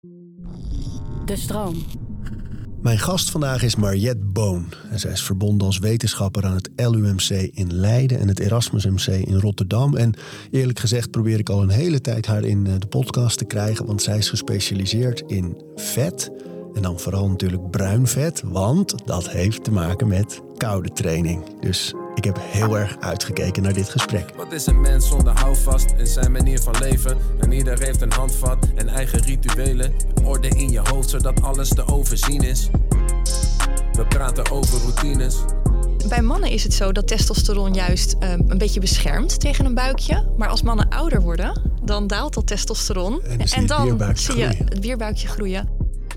De stroom. Mijn gast vandaag is Mariette Boon. En zij is verbonden als wetenschapper aan het LUMC in Leiden en het Erasmus MC in Rotterdam. En eerlijk gezegd probeer ik al een hele tijd haar in de podcast te krijgen, want zij is gespecialiseerd in vet. En dan vooral natuurlijk bruin vet, want dat heeft te maken met koude training. Dus ik heb heel erg uitgekeken naar dit gesprek. Wat is een mens zonder houvast in zijn manier van leven? En ieder heeft een handvat en eigen rituelen. Orde in je hoofd, zodat alles te overzien is. We praten over routines. Bij mannen is het zo dat testosteron juist een beetje beschermt tegen een buikje. Maar als mannen ouder worden, dan daalt dat testosteron. En dan zie je het bierbuikje groeien.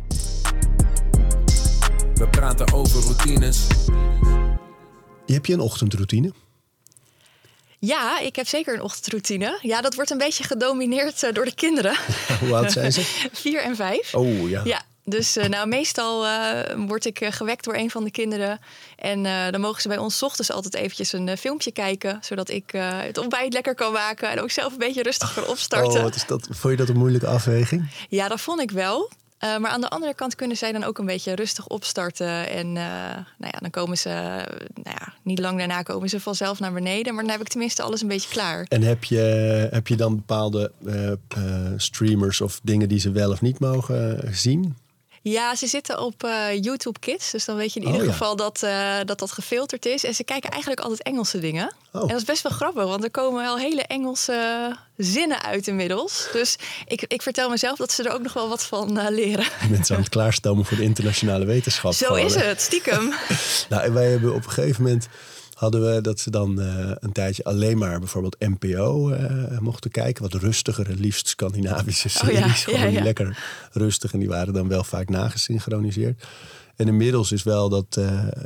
We praten over routines. Heb je een ochtendroutine? Ja, ik heb zeker een ochtendroutine. Ja, dat wordt een beetje gedomineerd door de kinderen. Hoe oud zijn ze? 4 en 5. Oh ja. Ja. Dus meestal word ik gewekt door een van de kinderen. En dan mogen ze bij ons 's ochtends altijd eventjes een filmpje kijken. Zodat ik het ontbijt lekker kan maken. En ook zelf een beetje rustig kan opstarten. Oh, wat is dat? Vond je dat een moeilijke afweging? Ja, dat vond ik wel. Maar aan de andere kant kunnen zij dan ook een beetje rustig opstarten. En dan komen ze, niet lang daarna komen ze vanzelf naar beneden. Maar dan heb ik tenminste alles een beetje klaar. En heb je dan bepaalde streamers of dingen die ze wel of niet mogen zien? Ja, ze zitten op YouTube Kids. Dus dan weet je in ieder geval dat gefilterd is. En ze kijken eigenlijk altijd Engelse dingen. Oh. En dat is best wel grappig, want er komen wel hele Engelse zinnen uit inmiddels. Dus ik vertel mezelf dat ze er ook nog wel wat van leren. Mensen aan het klaarstomen voor de internationale wetenschap. Zo is het, stiekem. Nou, wij hebben op een gegeven moment hadden we dat ze dan een tijdje alleen maar bijvoorbeeld NPO mochten kijken. Wat rustigere, liefst Scandinavische series. Gewoon lekker rustig. En die waren dan wel vaak nagesynchroniseerd. En inmiddels is wel dat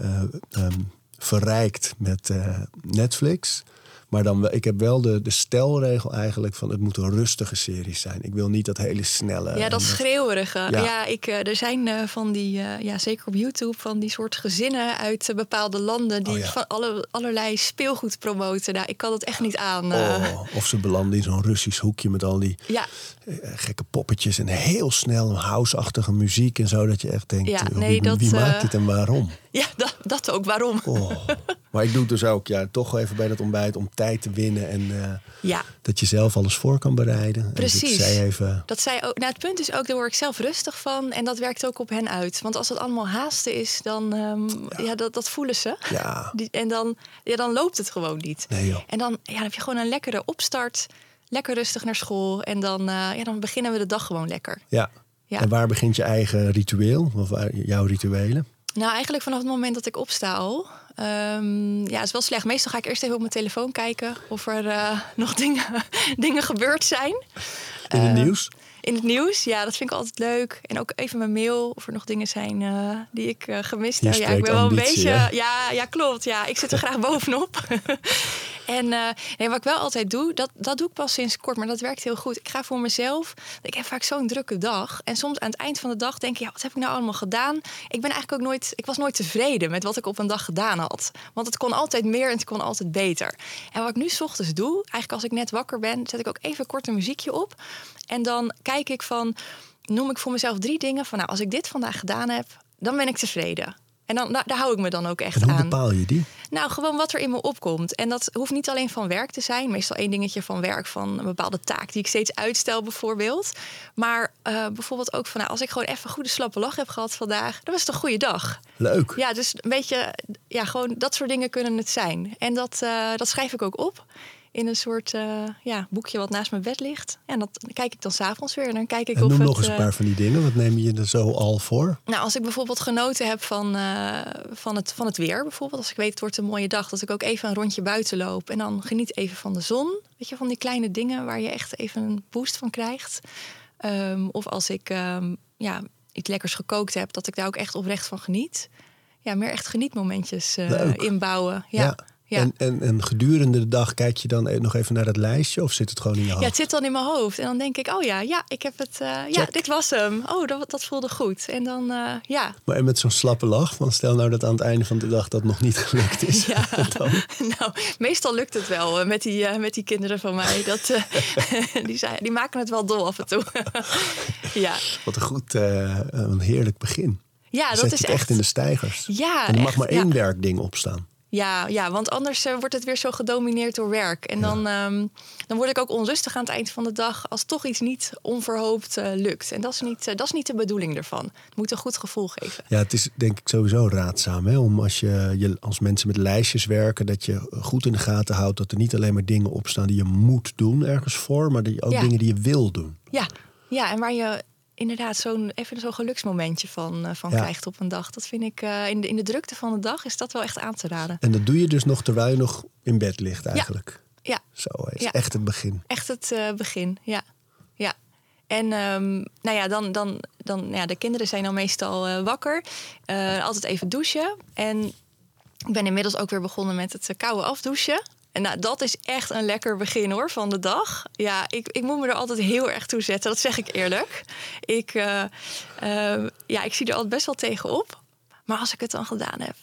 verrijkt met Netflix. Maar dan, ik heb wel de stelregel eigenlijk van het moeten rustige series zijn. Ik wil niet dat hele snelle. Ja, dat schreeuwerige. Ja, Er zijn van die, zeker op YouTube, van die soort gezinnen uit bepaalde landen die van allerlei speelgoed promoten. Nou, ik kan dat echt niet aan. Of ze belanden in zo'n Russisch hoekje met al die gekke poppetjes en heel snel house-achtige muziek en zo. Dat je echt denkt, wie maakt dit en waarom? Ja, dat ook, waarom? Maar ik doe het dus ook toch even bij dat ontbijt om tijd te winnen. En dat je zelf alles voor kan bereiden. Precies. Dat zij ook. Nou, het punt is ook, daar word ik zelf rustig van. En dat werkt ook op hen uit. Want als het allemaal haasten is, dan dat voelen ze. Ja. En dan loopt het gewoon niet. Nee, joh. En dan heb je gewoon een lekkere opstart. Lekker rustig naar school. En dan beginnen we de dag gewoon lekker. Ja. En waar begint je eigen ritueel? Of jouw rituelen? Nou, eigenlijk vanaf het moment dat ik opsta al. Het is wel slecht. Meestal ga ik eerst even op mijn telefoon kijken of er nog dingen gebeurd zijn. In het nieuws? In het nieuws, ja, dat vind ik altijd leuk. En ook even mijn mail, of er nog dingen zijn die ik gemist heb. Ja, ik ben wel ambitie, een beetje. Ja, klopt. Ja, ik zit er graag bovenop. En wat ik wel altijd doe, dat doe ik pas sinds kort, maar dat werkt heel goed. Ik ga voor mezelf. Ik heb vaak zo'n drukke dag. En soms aan het eind van de dag denk ik, wat heb ik nou allemaal gedaan? Ik was nooit tevreden met wat ik op een dag gedaan had. Want het kon altijd meer en het kon altijd beter. En wat ik nu 's ochtends doe, eigenlijk als ik net wakker ben, zet ik ook even kort een muziekje op. En dan kijk ik noem ik voor mezelf 3 dingen van, als ik dit vandaag gedaan heb, dan ben ik tevreden. En dan, daar hou ik me dan ook echt aan. En hoe bepaal je die? Nou, gewoon wat er in me opkomt. En dat hoeft niet alleen van werk te zijn. Meestal 1 dingetje van werk, van een bepaalde taak die ik steeds uitstel bijvoorbeeld. Maar bijvoorbeeld ook van, als ik gewoon even een goede slappe lach heb gehad vandaag, dan was het een goede dag. Leuk. Ja, dus een beetje, gewoon dat soort dingen kunnen het zijn. En dat schrijf ik ook op. In een soort boekje wat naast mijn bed ligt. En dat kijk ik dan 's avonds weer. En dan kijk ik noem nog eens een paar van die dingen. Wat neem je er zo al voor? Nou, als ik bijvoorbeeld genoten heb van het weer. Bijvoorbeeld als ik weet het wordt een mooie dag. Dat ik ook even een rondje buiten loop. En dan geniet even van de zon. Weet je, van die kleine dingen waar je echt even een boost van krijgt. Of als ik iets lekkers gekookt heb. Dat ik daar ook echt oprecht van geniet. Ja, meer echt genietmomentjes inbouwen. Ja. Ja. En gedurende de dag kijk je dan nog even naar dat lijstje of zit het gewoon in je hoofd? Ja, het zit dan in mijn hoofd. En dan denk ik, ik heb het... dit was hem. Oh, dat voelde goed. En dan, Maar en met zo'n slappe lach, van stel nou dat aan het einde van de dag dat nog niet gelukt is. Ja. Nou, meestal lukt het wel met die kinderen van mij. Die maken het wel dol af en toe. Ja. Wat een heerlijk begin. Ja, dat Zet is het echt in de stijgers. Ja, en er mag maar één werkding opstaan. Ja, want anders wordt het weer zo gedomineerd door werk. En dan word ik ook onrustig aan het eind van de dag als toch iets niet onverhoopt lukt. En dat is niet de bedoeling ervan. Het moet een goed gevoel geven. Ja, het is denk ik sowieso raadzaam. Hè? Om als mensen met lijstjes werken, dat je goed in de gaten houdt dat er niet alleen maar dingen opstaan die je moet doen ergens voor, maar ook dingen die je wil doen. Ja, en waar je inderdaad zo'n geluksmomentje van krijgt op een dag. Dat vind ik in de drukte van de dag is dat wel echt aan te raden. En dat doe je dus nog terwijl je nog in bed ligt eigenlijk? Ja. Zo, het is echt het begin. Echt het begin, ja. En de kinderen zijn dan meestal wakker. Altijd even douchen. En ik ben inmiddels ook weer begonnen met het koude afdouchen. En nou, dat is echt een lekker begin hoor van de dag. Ja, ik moet me er altijd heel erg toe zetten. Dat zeg ik eerlijk. Ik zie er altijd best wel tegenop. Maar als ik het dan gedaan heb,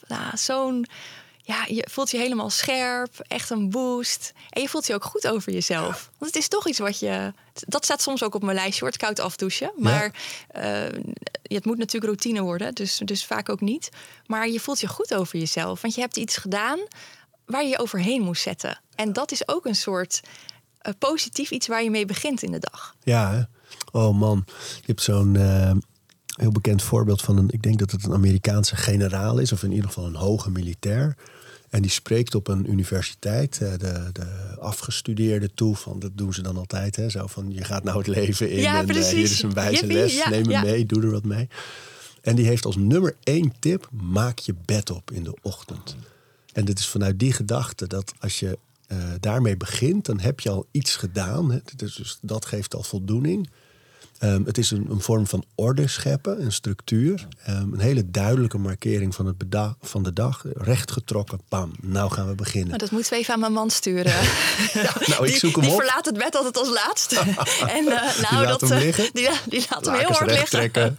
je voelt je helemaal scherp, echt een boost. En je voelt je ook goed over jezelf. Want het is toch iets dat staat soms ook op mijn lijstje, hoor, het koud afdouchen. Maar het moet natuurlijk routine worden, dus vaak ook niet. Maar je voelt je goed over jezelf. Want je hebt iets gedaan waar je je overheen moest zetten. En dat is ook een soort positief iets waar je mee begint in de dag. Ja, hè? Oh man. Je hebt zo'n heel bekend voorbeeld van ik denk dat het een Amerikaanse generaal is, of in ieder geval een hoge militair. En die spreekt op een universiteit de afgestudeerden toe. Dat doen ze dan altijd. Hè? Zo van, je gaat nou het leven in. Ja, en precies. Hier is een wijze les. Neem hem mee, doe er wat mee. En die heeft als nummer 1 tip, maak je bed op in de ochtend. En het is vanuit die gedachte dat als je daarmee begint, dan heb je al iets gedaan. Hè? Dus dat geeft al voldoening. Het is een vorm van orde scheppen, een structuur. Een hele duidelijke markering van de dag. Rechtgetrokken, bam, nou gaan we beginnen. Maar dat moeten we even aan mijn man sturen. Ik zoek hem op. Die verlaat het bed altijd als laatste. En die laat hem liggen? Die laat hem heel hard liggen.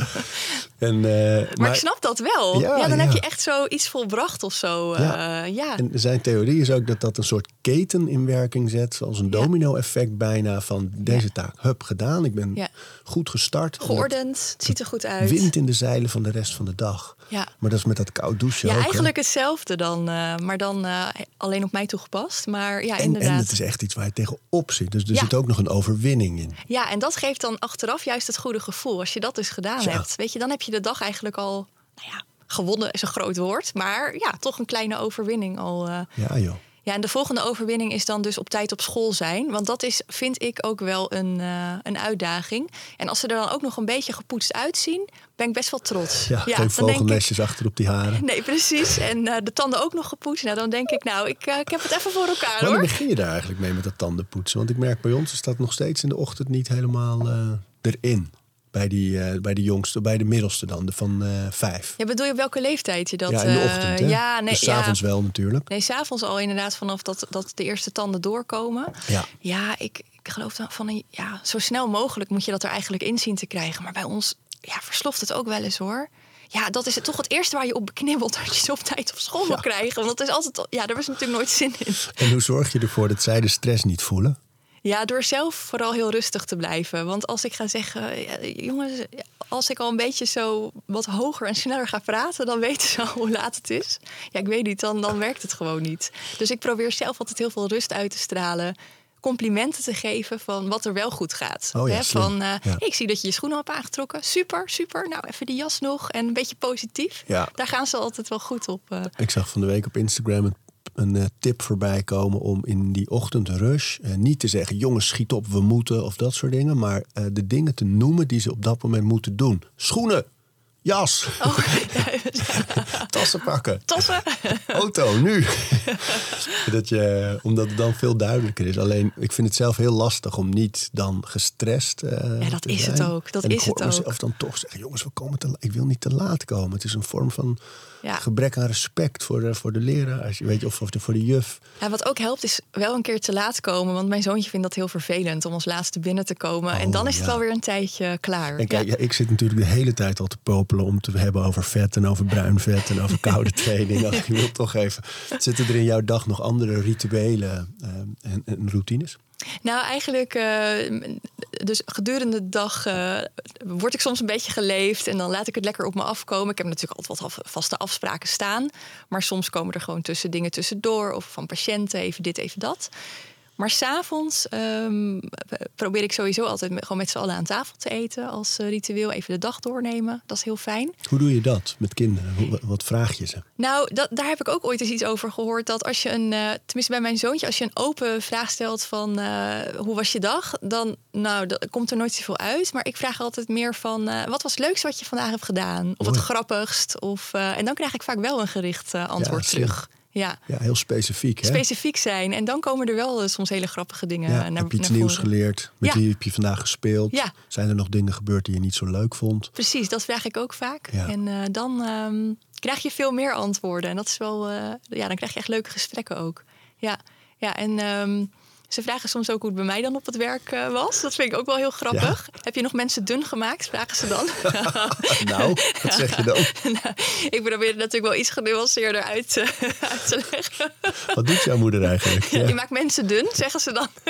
Maar ik snap dat wel. Dan heb je echt zoiets volbracht of zo. En zijn theorie is ook dat een soort keten in werking zet. Zoals een domino-effect bijna van deze taak. Hup, gedaan. Ik ben goed gestart. Geordend, het ziet er goed uit. Wind in de zeilen van de rest van de dag. Ja. Maar dat is met dat koud douchen ook. Ja, eigenlijk hetzelfde dan. Maar dan alleen op mij toegepast. Maar inderdaad. En het is echt iets waar je tegenop zit. Dus er zit ook nog een overwinning in. Ja, en dat geeft dan achteraf juist het goede gevoel. Als je dat dus gedaan hebt. Weet je, dan heb je de dag eigenlijk al... gewonnen is een groot woord. Maar toch een kleine overwinning al. Ja, joh. Ja, en de volgende overwinning is dan dus op tijd op school zijn. Want dat is, vind ik, ook wel een uitdaging. En als ze er dan ook nog een beetje gepoetst uitzien, ben ik best wel trots. Ja, geen vogelnestjes achter op die haren. Nee, precies. En de tanden ook nog gepoetst. Nou, dan denk ik, ik heb het even voor elkaar, hoor. Wanneer begin je daar eigenlijk mee met dat tandenpoetsen? Want ik merk bij ons is dat nog steeds in de ochtend niet helemaal erin. Bij de jongste, bij de middelste dan, van 5. Ja, bedoel je op welke leeftijd je dat... Ja, in de ochtend, hè? Dus 's avonds wel natuurlijk. Nee, 's avonds al inderdaad vanaf dat de eerste tanden doorkomen. Ja, ik geloof dan van zo snel mogelijk moet je dat er eigenlijk in zien te krijgen. Maar bij ons versloft het ook wel eens, hoor. Ja, dat is toch het eerste waar je op beknibbelt, dat je ze op tijd op school wil krijgen. Want dat is altijd... daar was natuurlijk nooit zin in. En hoe zorg je ervoor dat zij de stress niet voelen? Ja, door zelf vooral heel rustig te blijven. Want als ik ga zeggen, jongens, als ik al een beetje zo wat hoger en sneller ga praten, dan weten ze al hoe laat het is. Ja, ik weet niet, dan werkt het gewoon niet. Dus ik probeer zelf altijd heel veel rust uit te stralen. Complimenten te geven van wat er wel goed gaat. Ik zie dat je je schoenen hebt aangetrokken. Super, super. Nou, even die jas nog. En een beetje positief. Ja. Daar gaan ze altijd wel goed op. Ik zag van de week op Instagram een tip voorbij komen om in die ochtendrush niet te zeggen, jongens, schiet op, we moeten, of dat soort dingen. Maar de dingen te noemen die ze op dat moment moeten doen. Schoenen! jas. Oh, Tassen pakken. Tassen. Auto, nu. Omdat het dan veel duidelijker is. Alleen, ik vind het zelf heel lastig om niet dan gestrest Ja, dat te is zijn. het ook. Dat en is ik het hoor ook. mezelf dan toch zeggen, jongens, ik wil niet te laat komen. Het is een vorm van Ja. gebrek aan respect voor de leraar. Of voor de juf. Ja, wat ook helpt is wel een keer te laat komen. Want mijn zoontje vindt dat heel vervelend om als laatste binnen te komen. En dan is het wel weer een tijdje klaar. En kijk, ik zit natuurlijk de hele tijd al te popelen om te hebben over vet en over bruin vet en over koude training. Ik wil toch even. Zitten er in jouw dag nog andere rituelen en routines? Nou, eigenlijk, dus gedurende de dag word ik soms een beetje geleefd. En dan laat ik het lekker op me afkomen. Ik heb natuurlijk altijd wat vaste afspraken staan. Maar soms komen er gewoon dingen tussendoor. Of van patiënten, even dit, even dat. Maar 's avonds probeer ik sowieso altijd gewoon met z'n allen aan tafel te eten. Als ritueel even de dag doornemen. Dat is heel fijn. Hoe doe je dat met kinderen? Wat vraag je ze? Nou, daar heb ik ook ooit eens iets over gehoord. Dat als je tenminste bij mijn zoontje, als je een open vraag stelt van hoe was je dag? Dan komt er nooit zoveel uit. Maar ik vraag altijd meer van wat was het leukste wat je vandaag hebt gedaan? Of het grappigst? En dan krijg ik vaak wel een gericht antwoord terug. Ja, heel specifiek. Hè? Specifiek zijn. En dan komen er wel soms hele grappige dingen naar Heb je iets naar nieuws voren. geleerd? Met wie heb je vandaag gespeeld? Ja. Zijn er nog dingen gebeurd die je niet zo leuk vond? Precies, dat vraag ik ook vaak. Ja. En dan krijg je veel meer antwoorden. En dat is wel, dan krijg je echt leuke gesprekken ook. Ja, en ze vragen soms ook hoe het bij mij dan op het werk was. Dat vind ik ook wel heel grappig. Ja. Heb je nog mensen dun gemaakt? Vragen ze dan. Nou, wat zeg je dan? Nou, ik probeer het natuurlijk wel iets genuanceerder uit te leggen. Wat doet jouw moeder eigenlijk? Ja. Die maakt mensen dun, zeggen ze dan.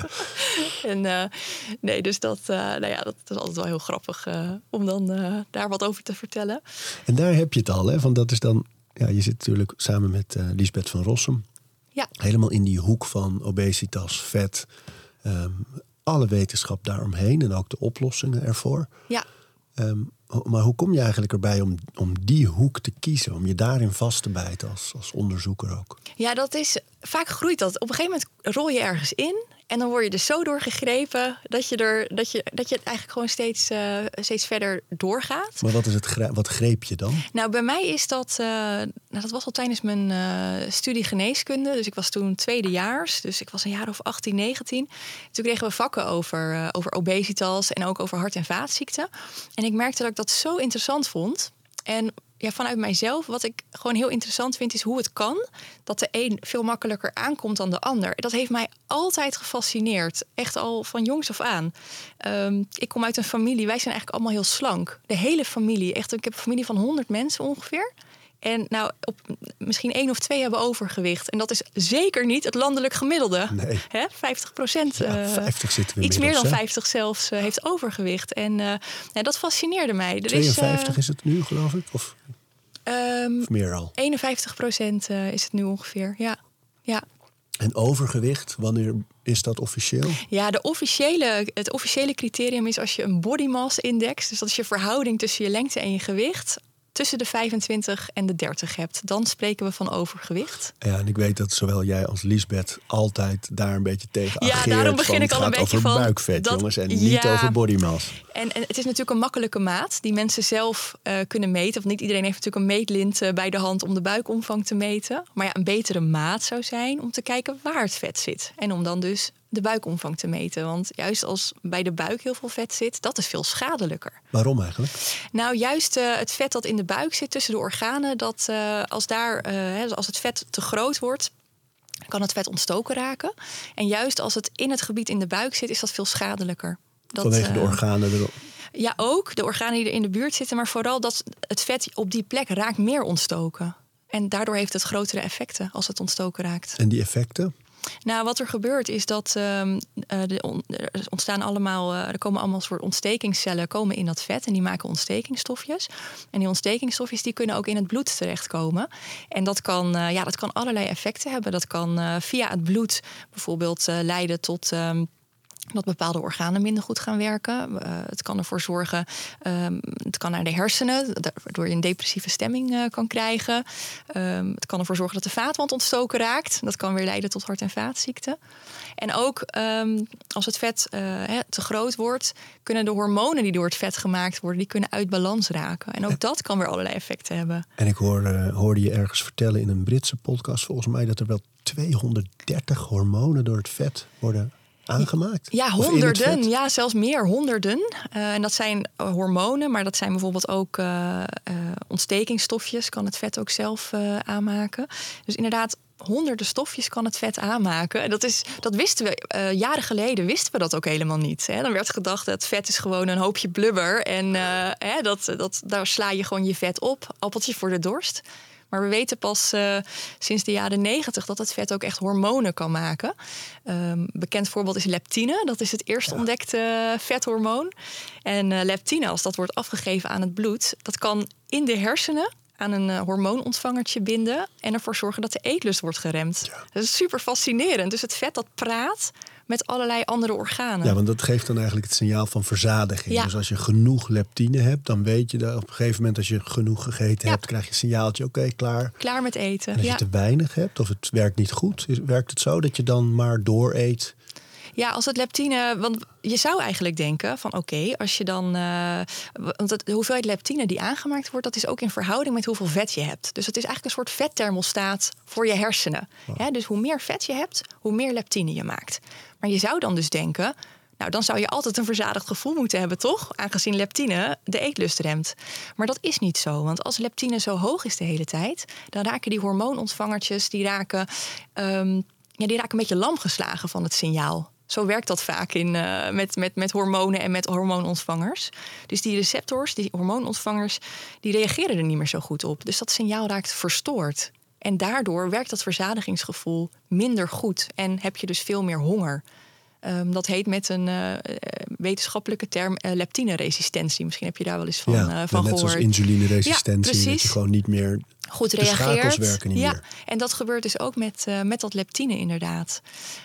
En dus dat is altijd wel heel grappig om dan daar wat over te vertellen. En daar heb je het al, hè? Want dat is dan, je zit natuurlijk samen met Liesbeth van Rossum. Ja. Helemaal in die hoek van obesitas, vet. Alle wetenschap daaromheen en ook de oplossingen ervoor. Ja. Maar hoe kom je eigenlijk erbij om die hoek te kiezen? Om je daarin vast te bijten als onderzoeker ook? Ja, vaak groeit dat. Op een gegeven moment rol je ergens in. En dan word je er zo doorgegrepen dat je het eigenlijk gewoon steeds verder doorgaat. Maar wat greep je dan? Nou, bij mij is dat... dat was al tijdens mijn studie geneeskunde. Dus ik was toen tweedejaars. Dus ik was een jaar of 18, 19. Toen kregen we vakken over obesitas en ook over hart- en vaatziekten. En ik merkte dat ik dat zo interessant vond. En vanuit mijzelf, wat ik gewoon heel interessant vind, is hoe het kan dat de een veel makkelijker aankomt dan de ander. Dat heeft mij altijd gefascineerd. Echt al van jongs af aan. Ik kom uit een familie, wij zijn eigenlijk allemaal heel slank. De hele familie. Echt, ik heb een familie van 100 mensen ongeveer. En misschien 1 of 2 hebben overgewicht. En dat is zeker niet het landelijk gemiddelde. Nee. 50%. 50 zitten we iets meer dan hè? 50 zelfs heeft overgewicht. En dat fascineerde mij. 52 is het nu, geloof ik? Of meer al? 51% is het nu ongeveer, ja. En overgewicht, wanneer is dat officieel? Ja, het officiële criterium is als je een body mass index, dus dat is je verhouding tussen je lengte en je gewicht, tussen de 25 en de 30 hebt. Dan spreken we van overgewicht. Ja, en ik weet dat zowel jij als Liesbeth altijd daar een beetje tegen ageert. Ja, daarom begin ik al een beetje van... over buikvet, jongens, en niet over body mass. En het is natuurlijk een makkelijke maat die mensen zelf kunnen meten. Want niet iedereen heeft natuurlijk een meetlint bij de hand om de buikomvang te meten. Maar een betere maat zou zijn om te kijken waar het vet zit. En om dan dus de buikomvang te meten. Want juist als bij de buik heel veel vet zit, dat is veel schadelijker. Waarom eigenlijk? Nou, juist het vet dat in de buik zit tussen de organen, dat als het vet te groot wordt, kan het vet ontstoken raken. En juist als het in het gebied in de buik zit, is dat veel schadelijker. Vanwege de organen erop? Ja, ook de organen die er in de buurt zitten, maar vooral dat het vet op die plek raakt meer ontstoken. En daardoor heeft het grotere effecten als het ontstoken raakt. En die effecten? Nou, wat er gebeurt is dat er komen allemaal soort ontstekingscellen komen in dat vet en die maken ontstekingsstofjes. En die ontstekingsstofjes die kunnen ook in het bloed terechtkomen. En dat kan allerlei effecten hebben. Dat kan via het bloed bijvoorbeeld leiden tot dat bepaalde organen minder goed gaan werken. Het kan ervoor zorgen, het kan naar de hersenen, waardoor je een depressieve stemming kan krijgen. Het kan ervoor zorgen dat de vaatwand ontstoken raakt. Dat kan weer leiden tot hart- en vaatziekten. En ook als het vet te groot wordt, kunnen de hormonen die door het vet gemaakt worden, die kunnen uit balans raken. En ook dat kan weer allerlei effecten hebben. En ik hoorde je ergens vertellen in een Britse podcast, volgens mij, dat er wel 230 hormonen door het vet worden aangemaakt? Ja, honderden. Ja, zelfs meer, honderden. En dat zijn hormonen, maar dat zijn bijvoorbeeld ook ontstekingsstofjes. Kan het vet ook zelf aanmaken. Dus inderdaad, honderden stofjes kan het vet aanmaken. En dat wisten we, jaren geleden wisten we dat ook helemaal niet. Hè? Dan werd gedacht dat vet is gewoon een hoopje blubber. En daar sla je gewoon je vet op. Appeltje voor de dorst. Maar we weten pas sinds de jaren 90 dat het vet ook echt hormonen kan maken. Bekend voorbeeld is leptine. Dat is het eerst ontdekte vethormoon. En leptine, als dat wordt afgegeven aan het bloed, dat kan in de hersenen aan een hormoonontvangertje binden en ervoor zorgen dat de eetlust wordt geremd. Ja. Dat is super fascinerend. Dus het vet dat praat met allerlei andere organen. Ja, want dat geeft dan eigenlijk het signaal van verzadiging. Ja. Dus als je genoeg leptine hebt, dan weet je dat op een gegeven moment, als je genoeg gegeten hebt, krijg je een signaaltje, oké, klaar. Klaar met eten. En als je te weinig hebt of het werkt niet goed, werkt het zo dat je dan maar dooreet? Ja, als het leptine, want je zou eigenlijk denken van oké, als je dan, want de hoeveelheid leptine die aangemaakt wordt, dat is ook in verhouding met hoeveel vet je hebt. Dus het is eigenlijk een soort vetthermostaat voor je hersenen. Wow. Ja, dus hoe meer vet je hebt, hoe meer leptine je maakt. Maar je zou dan dus denken, nou, dan zou je altijd een verzadigd gevoel moeten hebben, toch? Aangezien leptine de eetlust remt. Maar dat is niet zo, want als leptine zo hoog is de hele tijd, dan raken die hormoonontvangertjes, die raken een beetje lam geslagen van het signaal. Zo werkt dat vaak met hormonen en met hormoonontvangers. Dus die receptors, die hormoonontvangers, die reageren er niet meer zo goed op. Dus dat signaal raakt verstoord. En daardoor werkt dat verzadigingsgevoel minder goed. En heb je dus veel meer honger. Dat heet met een wetenschappelijke term leptineresistentie. Misschien heb je daar wel eens van gehoord. Net zoals insulineresistentie, dat je gewoon niet meer goed de reageert. schakels werken niet meer. En dat gebeurt dus ook met dat leptine inderdaad.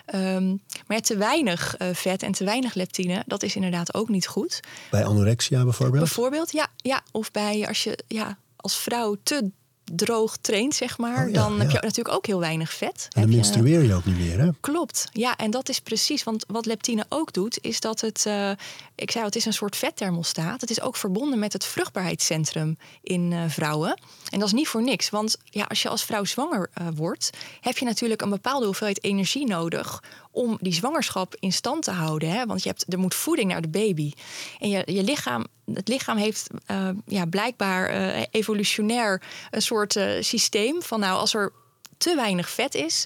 Maar te weinig vet en te weinig leptine, dat is inderdaad ook niet goed. Bij anorexia bijvoorbeeld? Bijvoorbeeld, ja. Of bij als je als vrouw te droog traint, zeg maar, dan heb je natuurlijk ook heel weinig vet. En dan menstrueer je ook niet meer, hè? Klopt, ja, en dat is precies, want wat leptine ook doet, is dat het, ik zei, het is een soort vetthermostaat. Het is ook verbonden met het vruchtbaarheidscentrum in vrouwen. En dat is niet voor niks, want ja, als je als vrouw zwanger wordt, heb je natuurlijk een bepaalde hoeveelheid energie nodig om die zwangerschap in stand te houden. Hè? Want er moet voeding naar de baby. En het lichaam heeft blijkbaar evolutionair een soort systeem van, nou, als er te weinig vet is,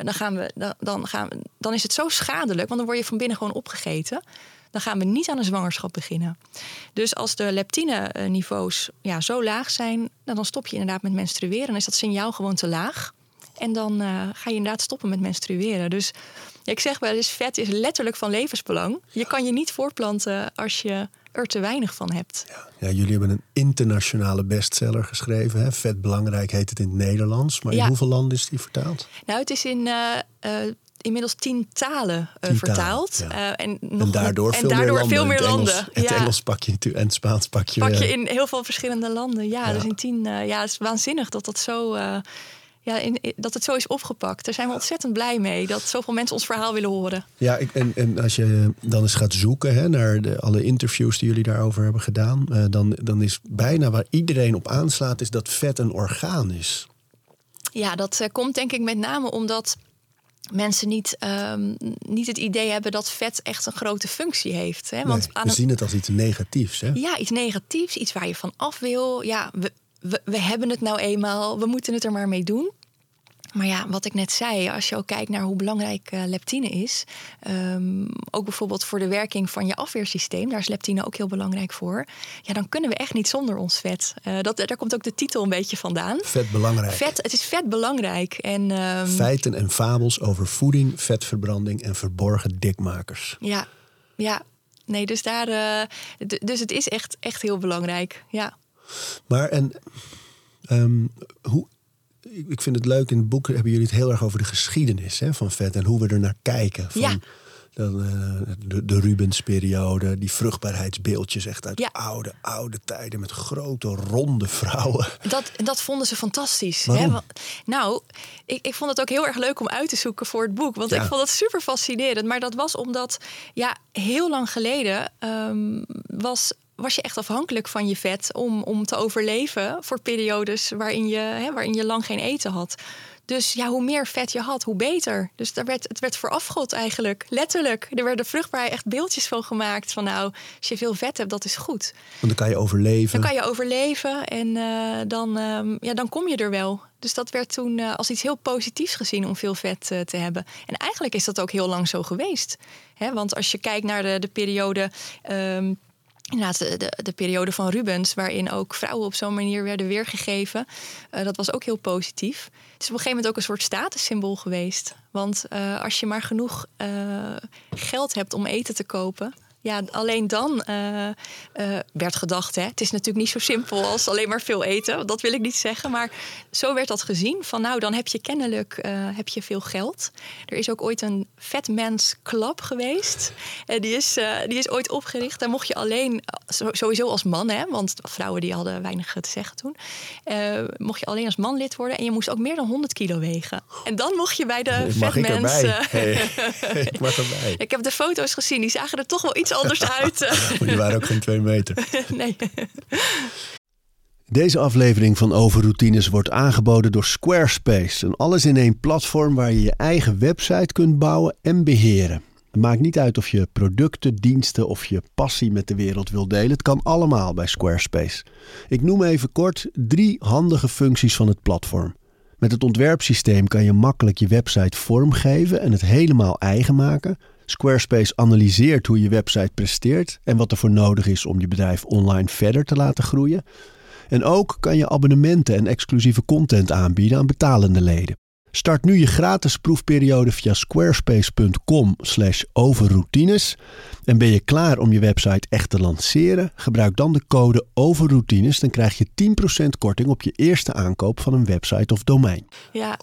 dan is het zo schadelijk, want dan word je van binnen gewoon opgegeten. Dan gaan we niet aan een zwangerschap beginnen. Dus als de leptine-niveaus zo laag zijn, dan stop je inderdaad met menstrueren. Dan is dat signaal gewoon te laag. En dan ga je inderdaad stoppen met menstrueren. Dus ik zeg wel eens, vet is letterlijk van levensbelang. Je kan je niet voortplanten als je er te weinig van hebt. Ja, jullie hebben een internationale bestseller geschreven. Hè? Vet belangrijk heet het in het Nederlands. Maar in hoeveel landen is die vertaald? Nou, het is in inmiddels 10 talen vertaald. Ja. En daardoor veel meer landen. Het Engels pak je en het Spaans pak je in heel veel verschillende landen. Ja. Dus in 10. Het is waanzinnig dat dat zo. Dat het zo is opgepakt. Daar zijn we ontzettend blij mee. Dat zoveel mensen ons verhaal willen horen. Ja, en als je dan eens gaat zoeken naar alle interviews die jullie daarover hebben gedaan, dan is bijna waar iedereen op aanslaat, is dat vet een orgaan is. Ja, dat komt denk ik met name omdat mensen niet het idee hebben dat vet echt een grote functie heeft. Hè? Want we zien het als iets negatiefs. Hè? Ja, iets negatiefs, iets waar je van af wil. Ja, we hebben het nou eenmaal, we moeten het er maar mee doen. Maar ja, wat ik net zei, als je ook kijkt naar hoe belangrijk leptine is, ook bijvoorbeeld voor de werking van je afweersysteem, daar is leptine ook heel belangrijk voor. Ja, dan kunnen we echt niet zonder ons vet. Daar komt ook de titel een beetje vandaan. Vet belangrijk. Het is vet belangrijk. En, feiten en fabels over voeding, vetverbranding en verborgen dikmakers. Ja. Nee, dus dus het is echt heel belangrijk. Ja. Maar ik vind het leuk, in het boek hebben jullie het heel erg over de geschiedenis van vet en hoe we er naar kijken. De Rubens-periode, die vruchtbaarheidsbeeldjes echt uit Ja. oude tijden met grote, ronde vrouwen. Dat vonden ze fantastisch. Waarom? Hè? Nou, ik vond het ook heel erg leuk om uit te zoeken voor het boek. Want Ja. ik vond het super fascinerend. Maar dat was omdat, heel lang geleden was je echt afhankelijk van je vet om te overleven voor periodes waarin je lang geen eten had. Dus hoe meer vet je had, hoe beter. Dus het werd voor afgod eigenlijk, letterlijk. Er werden vruchtbaar echt beeldjes van gemaakt. Van als je veel vet hebt, dat is goed. Want dan kan je overleven. Dan kan je overleven en dan kom je er wel. Dus dat werd toen als iets heel positiefs gezien om veel vet te hebben. En eigenlijk is dat ook heel lang zo geweest. Want als je kijkt naar de periode... Inderdaad, de periode van Rubens, waarin ook vrouwen op zo'n manier werden weergegeven. Dat was ook heel positief. Het is op een gegeven moment ook een soort statussymbool geweest. Want als je maar genoeg geld hebt om eten te kopen... alleen dan werd gedacht... het is natuurlijk niet zo simpel als alleen maar veel eten. Dat wil ik niet zeggen, maar zo werd dat gezien. Van dan heb je kennelijk veel geld. Er is ook ooit een Fat Man's Club geweest. Die is ooit opgericht. Daar mocht je alleen, sowieso als man... want vrouwen die hadden weinig te zeggen toen... mocht je alleen als man lid worden... en je moest ook meer dan 100 kilo wegen. En dan mocht je bij de Fat Man's... Ik mag erbij. Ik heb de foto's gezien, die zagen er toch wel iets anders uit. Maar die waren ook geen 2 meter. Nee. Deze aflevering van Overroutines wordt aangeboden door Squarespace. Een alles-in-één platform waar je je eigen website kunt bouwen en beheren. Het maakt niet uit of je producten, diensten of je passie met de wereld wil delen. Het kan allemaal bij Squarespace. Ik noem even kort 3 handige functies van het platform. Met het ontwerpsysteem kan je makkelijk je website vormgeven en het helemaal eigen maken. Squarespace analyseert hoe je website presteert en wat er voor nodig is om je bedrijf online verder te laten groeien. En ook kan je abonnementen en exclusieve content aanbieden aan betalende leden. Start nu je gratis proefperiode via squarespace.com/overroutines. En ben je klaar om je website echt te lanceren? Gebruik dan de code overroutines. Dan krijg je 10% korting op je eerste aankoop van een website of domein. Ja.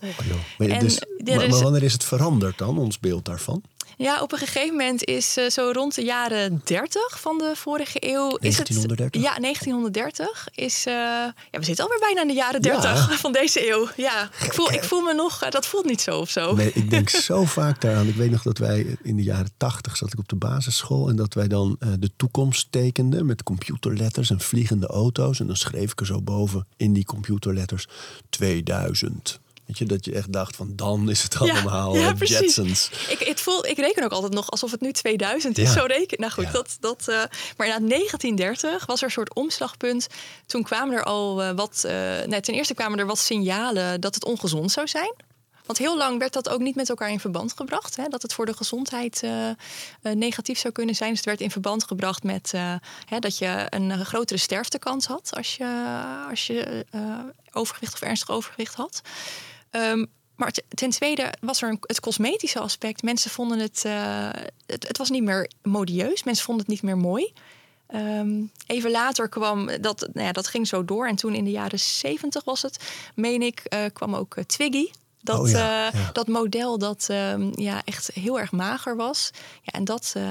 Maar wanneer is het veranderd dan, ons beeld daarvan? Ja, op een gegeven moment is zo rond de jaren 30 van de vorige eeuw... 1930? Ja, 1930 is... we zitten alweer bijna in de jaren 30 van deze eeuw. Ja, ik voel me nog... dat voelt niet zo of zo. Nee, ik denk zo vaak daaraan. Ik weet nog dat wij in de jaren 80 zat ik op de basisschool... en dat wij dan de toekomst tekenden met computerletters en vliegende auto's. En dan schreef ik er zo boven in die computerletters 2000... Weet je, dat je echt dacht van dan is het allemaal Jetsons. Ik reken ook altijd nog alsof het nu 2000 is. Zo reken. Nou goed, maar in 1930 was er een soort omslagpunt. Toen kwamen er al ten eerste kwamen er wat signalen dat het ongezond zou zijn. Want heel lang werd dat ook niet met elkaar in verband gebracht. Dat het voor de gezondheid negatief zou kunnen zijn. Dus het werd in verband gebracht met dat je een grotere sterftekans had als je overgewicht of ernstig overgewicht had. Maar ten tweede was er het cosmetische aspect. Mensen vonden het was niet meer modieus. Mensen vonden het niet meer mooi. Even later kwam dat ging zo door. En toen in de jaren 70 was het, meen ik, kwam ook Twiggy. Dat model dat echt heel erg mager was. Ja, en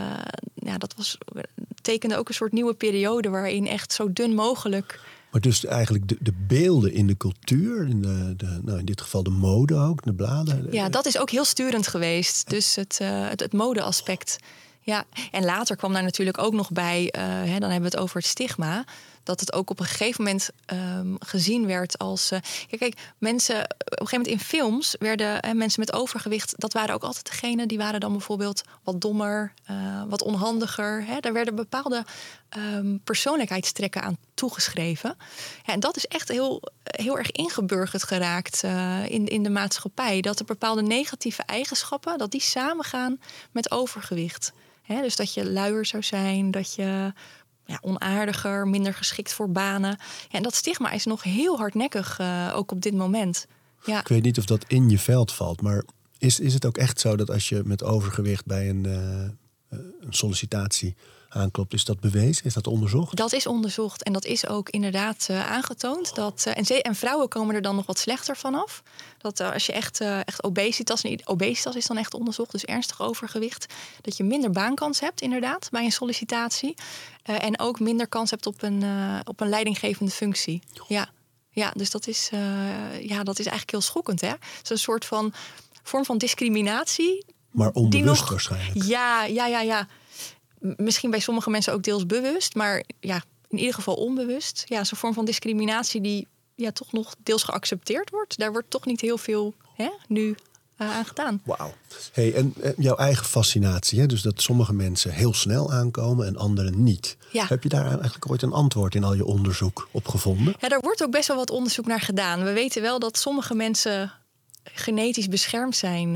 dat tekende ook een soort nieuwe periode waarin echt zo dun mogelijk... Maar dus eigenlijk de beelden in de cultuur, in dit geval de mode ook, de bladen. Ja, dat is ook heel sturend geweest. Dus het modeaspect. Ja, en later kwam daar natuurlijk ook nog bij, dan hebben we het over het stigma... dat het ook op een gegeven moment gezien werd als... kijk, mensen, op een gegeven moment in films werden mensen met overgewicht... dat waren ook altijd degenen, die waren dan bijvoorbeeld wat dommer, wat onhandiger. Daar werden bepaalde persoonlijkheidstrekken aan toegeschreven. Ja, en dat is echt heel, heel erg ingeburgerd geraakt in de maatschappij. Dat er bepaalde negatieve eigenschappen, dat die samengaan met overgewicht. Dus dat je luier zou zijn, dat je... onaardiger, minder geschikt voor banen. Ja, en dat stigma is nog heel hardnekkig, ook op dit moment. Ja. Ik weet niet of dat in je veld valt, maar is het ook echt zo dat als je met overgewicht bij een sollicitatie aanklopt. Is dat bewezen? Is dat onderzocht? Dat is onderzocht en dat is ook inderdaad aangetoond. En vrouwen komen er dan nog wat slechter vanaf. Dat als je echt obesitas, en obesitas is dan echt onderzocht, dus ernstig overgewicht, dat je minder baankans hebt inderdaad bij een sollicitatie. En ook minder kans hebt op een leidinggevende functie. Ja, dus dat is eigenlijk heel schokkend. Hè? Het is een soort van vorm van discriminatie. Maar onbewust waarschijnlijk. Ja. Misschien bij sommige mensen ook deels bewust, maar ja, in ieder geval onbewust. Ja, zo'n vorm van discriminatie die toch nog deels geaccepteerd wordt. Daar wordt toch niet heel veel nu aan gedaan. Wauw. Hey, en jouw eigen fascinatie, hè? Dus dat sommige mensen heel snel aankomen en anderen niet. Ja. Heb je daar eigenlijk ooit een antwoord in al je onderzoek op gevonden? Ja, daar wordt ook best wel wat onderzoek naar gedaan. We weten wel dat sommige mensen genetisch beschermd zijn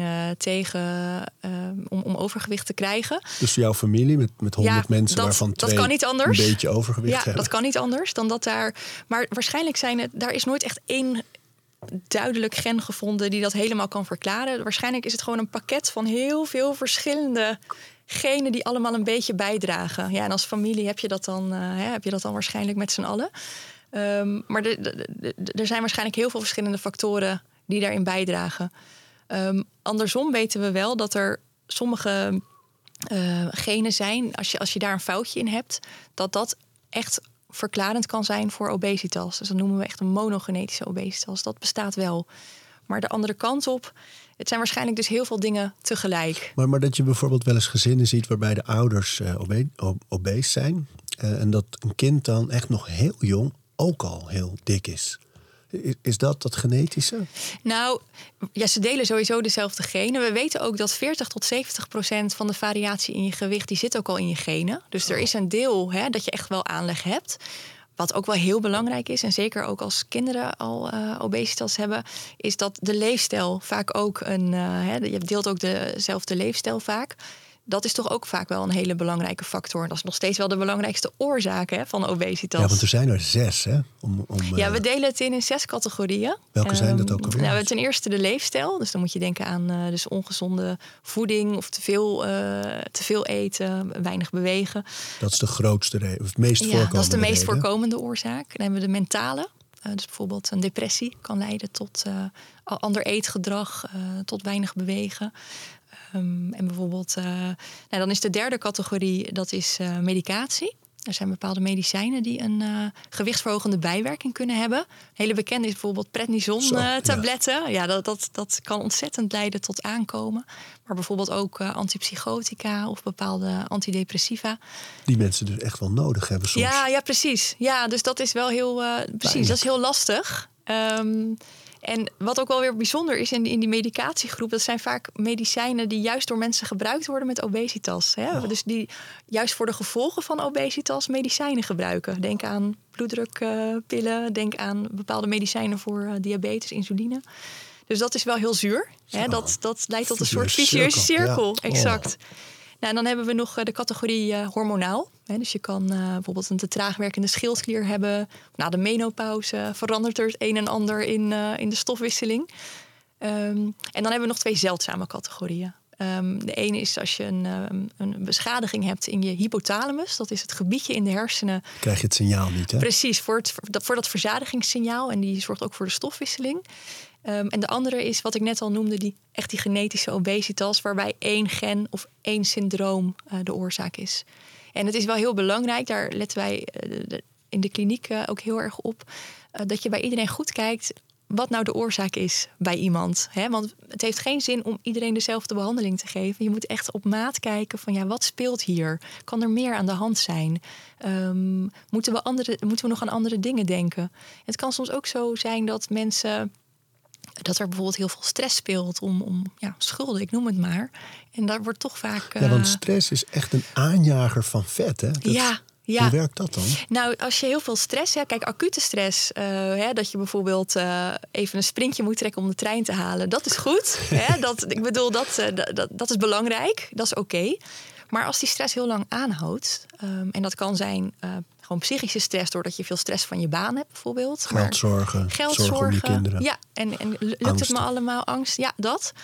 om overgewicht te krijgen. Dus jouw familie met 100 mensen waarvan 2 kan niet anders. Een beetje overgewicht hebben? Ja, dat kan niet anders dan dat daar. Maar waarschijnlijk daar is nooit echt één duidelijk gen gevonden die dat helemaal kan verklaren. Waarschijnlijk is het gewoon een pakket van heel veel verschillende genen die allemaal een beetje bijdragen. Ja, en als familie heb je dat dan waarschijnlijk met z'n allen. Maar er zijn waarschijnlijk heel veel verschillende factoren die daarin bijdragen. Andersom weten we wel dat er sommige genen zijn, als je daar een foutje in hebt, dat echt verklarend kan zijn voor obesitas. Dus dat noemen we echt een monogenetische obesitas. Dat bestaat wel. Maar de andere kant op, het zijn waarschijnlijk dus heel veel dingen tegelijk. Maar dat je bijvoorbeeld wel eens gezinnen ziet waarbij de ouders obese zijn. En dat een kind dan echt nog heel jong ook al heel dik is. Is dat genetische? Nou, ja, ze delen sowieso dezelfde genen. We weten ook dat 40% tot 70% van de variatie in je gewicht, die zit ook al in je genen. Dus er is een deel dat je echt wel aanleg hebt. Wat ook wel heel belangrijk is, en zeker ook als kinderen al obesitas hebben, is dat de leefstijl vaak ook je deelt ook dezelfde leefstijl vaak. Dat is toch ook vaak wel een hele belangrijke factor. Dat is nog steeds wel de belangrijkste oorzaak van obesitas. Ja, want er zijn er 6, hè? Ja, we delen het in 6 categorieën. Welke zijn dat ook alweer? Nou, ten eerste de leefstijl. Dus dan moet je denken aan dus ongezonde voeding of te veel eten, weinig bewegen. Dat is de grootste of meest voorkomende dat is de meest reden. voorkomende oorzaak. Dan hebben we de mentale. Dus bijvoorbeeld een depressie kan leiden tot ander eetgedrag, tot weinig bewegen. En bijvoorbeeld, dan is de derde categorie, dat is medicatie. Er zijn bepaalde medicijnen die een gewichtsverhogende bijwerking kunnen hebben. Een hele bekende is bijvoorbeeld prednison-tabletten. Ja, dat kan ontzettend leiden tot aankomen. Maar bijvoorbeeld ook antipsychotica of bepaalde antidepressiva. Die mensen dus echt wel nodig hebben soms. Ja, precies. Ja, dus dat is wel heel, precies, dat is heel lastig. En wat ook wel weer bijzonder is in die medicatiegroep, dat zijn vaak medicijnen die juist door mensen gebruikt worden met obesitas. Hè? Dus die juist voor de gevolgen van obesitas medicijnen gebruiken. Denk aan bloeddrukpillen, denk aan bepaalde medicijnen voor diabetes, insuline. Dus dat is wel heel zuur. Hè? Dat leidt tot een soort vicieuze cirkel. Ja. Exact. Nou, en dan hebben we nog de categorie hormonaal. Dus je kan bijvoorbeeld een te traag werkende schildklier hebben. Na de menopauze verandert er het een en ander in de stofwisseling. En dan hebben we nog 2 zeldzame categorieën. De ene is als je een beschadiging hebt in je hypothalamus. Dat is het gebiedje in de hersenen. Krijg je het signaal niet, hè? Precies, voor dat verzadigingssignaal. En die zorgt ook voor de stofwisseling. En de andere is wat ik net al noemde, die genetische obesitas, waarbij 1 gen of 1 syndroom de oorzaak is. En het is wel heel belangrijk, daar letten wij in de kliniek ook heel erg op, dat je bij iedereen goed kijkt wat nou de oorzaak is bij iemand. Hè? Want het heeft geen zin om iedereen dezelfde behandeling te geven. Je moet echt op maat kijken van wat speelt hier? Kan er meer aan de hand zijn? Moeten we nog aan andere dingen denken? Het kan soms ook zo zijn dat dat er bijvoorbeeld heel veel stress speelt om schulden, ik noem het maar. En daar wordt toch vaak... Ja, want stress is echt een aanjager van vet, hè? Ja. Hoe werkt dat dan? Nou, als je heel veel stress hebt... Kijk, acute stress, dat je bijvoorbeeld even een sprintje moet trekken om de trein te halen. Dat is goed. Dat is belangrijk. Dat is oké. Maar als die stress heel lang aanhoudt... en dat kan zijn gewoon psychische stress... doordat je veel stress van je baan hebt bijvoorbeeld. Geldzorgen, zorgen om je kinderen. Ja, en lukt het me allemaal? Angst, ja, dat.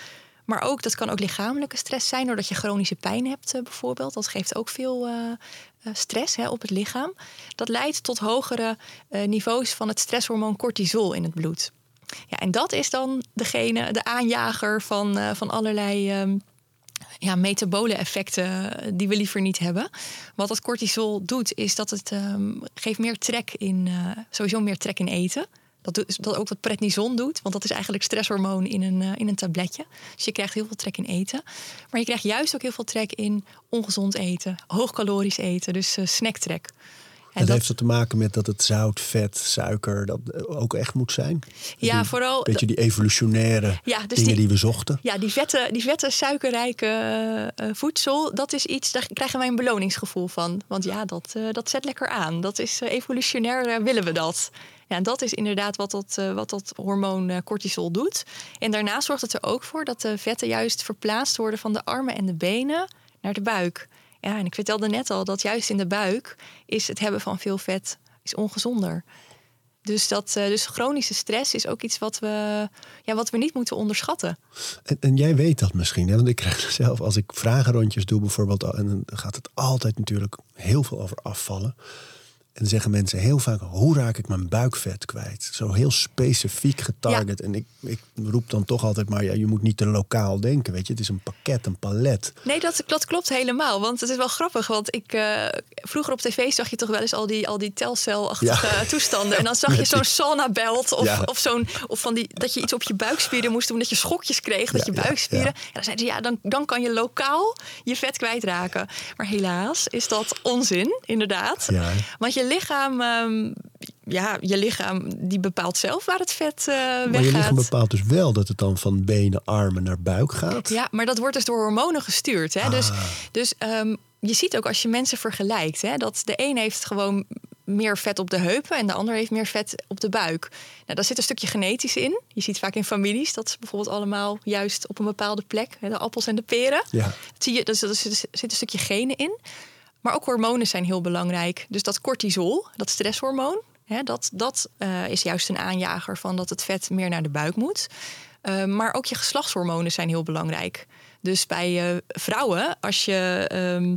Maar ook, dat kan ook lichamelijke stress zijn, doordat je chronische pijn hebt bijvoorbeeld. Dat geeft ook veel stress op het lichaam. Dat leidt tot hogere niveaus van het stresshormoon cortisol in het bloed. Ja, en dat is dan de aanjager van allerlei metabole effecten die we liever niet hebben. Wat het cortisol doet, is dat het geeft meer trek sowieso meer trek in eten. Dat ook wat prednison doet, want dat is eigenlijk stresshormoon in een tabletje. Dus je krijgt heel veel trek in eten. Maar je krijgt juist ook heel veel trek in ongezond eten, hoogcalorisch eten, dus snacktrek. En dat heeft er te maken met dat het zout, vet, suiker dat ook echt moet zijn? Ja, vooral... Een beetje die evolutionaire dingen die we zochten. Ja, die vette suikerrijke voedsel, dat is iets, daar krijgen wij een beloningsgevoel van. Want ja, dat zet lekker aan. Dat is evolutionair willen we dat. Ja, en dat is inderdaad wat dat hormoon cortisol doet. En daarnaast zorgt het er ook voor dat de vetten juist verplaatst worden van de armen en de benen naar de buik. Ja, en ik vertelde net al dat juist in de buik is het hebben van veel vet is ongezonder. Dus chronische stress is ook iets wat we niet moeten onderschatten. En jij weet dat misschien, hè? Want ik krijg zelf, als ik vragenrondjes doe bijvoorbeeld, en dan gaat het altijd natuurlijk heel veel over afvallen. En dan zeggen mensen heel vaak, hoe raak ik mijn buikvet kwijt? Zo heel specifiek getarget. Ja. En ik roep dan toch altijd maar, je moet niet te lokaal denken, weet je. Het is een pakket, een palet. Nee, dat klopt helemaal. Want het is wel grappig, want vroeger op tv zag je toch wel eens al die telcelachtige toestanden. En dan zag je zo'n sauna-belt of van die, dat je iets op je buikspieren moest doen, dat je schokjes kreeg, dat je buikspieren. Ja. En dan zeiden ze, dan kan je lokaal je vet kwijtraken. Maar helaas is dat onzin, inderdaad. Ja. Want je lichaam die bepaalt zelf waar het vet weggaat. Maar je lichaam bepaalt dus wel dat het dan van benen, armen naar buik gaat? Ja, maar dat wordt dus door hormonen gestuurd. Hè? Dus je ziet ook als je mensen vergelijkt, hè, dat de een heeft gewoon meer vet op de heupen en de ander heeft meer vet op de buik. Nou, daar zit een stukje genetisch in. Je ziet vaak in families dat ze bijvoorbeeld allemaal juist op een bepaalde plek, hè, de appels en de peren. Ja. Dat zie je, er zit een stukje genen in. Maar ook hormonen zijn heel belangrijk. Dus dat cortisol, dat stresshormoon, dat is juist een aanjager van dat het vet meer naar de buik moet. Maar ook je geslachtshormonen zijn heel belangrijk. Dus bij vrouwen, als je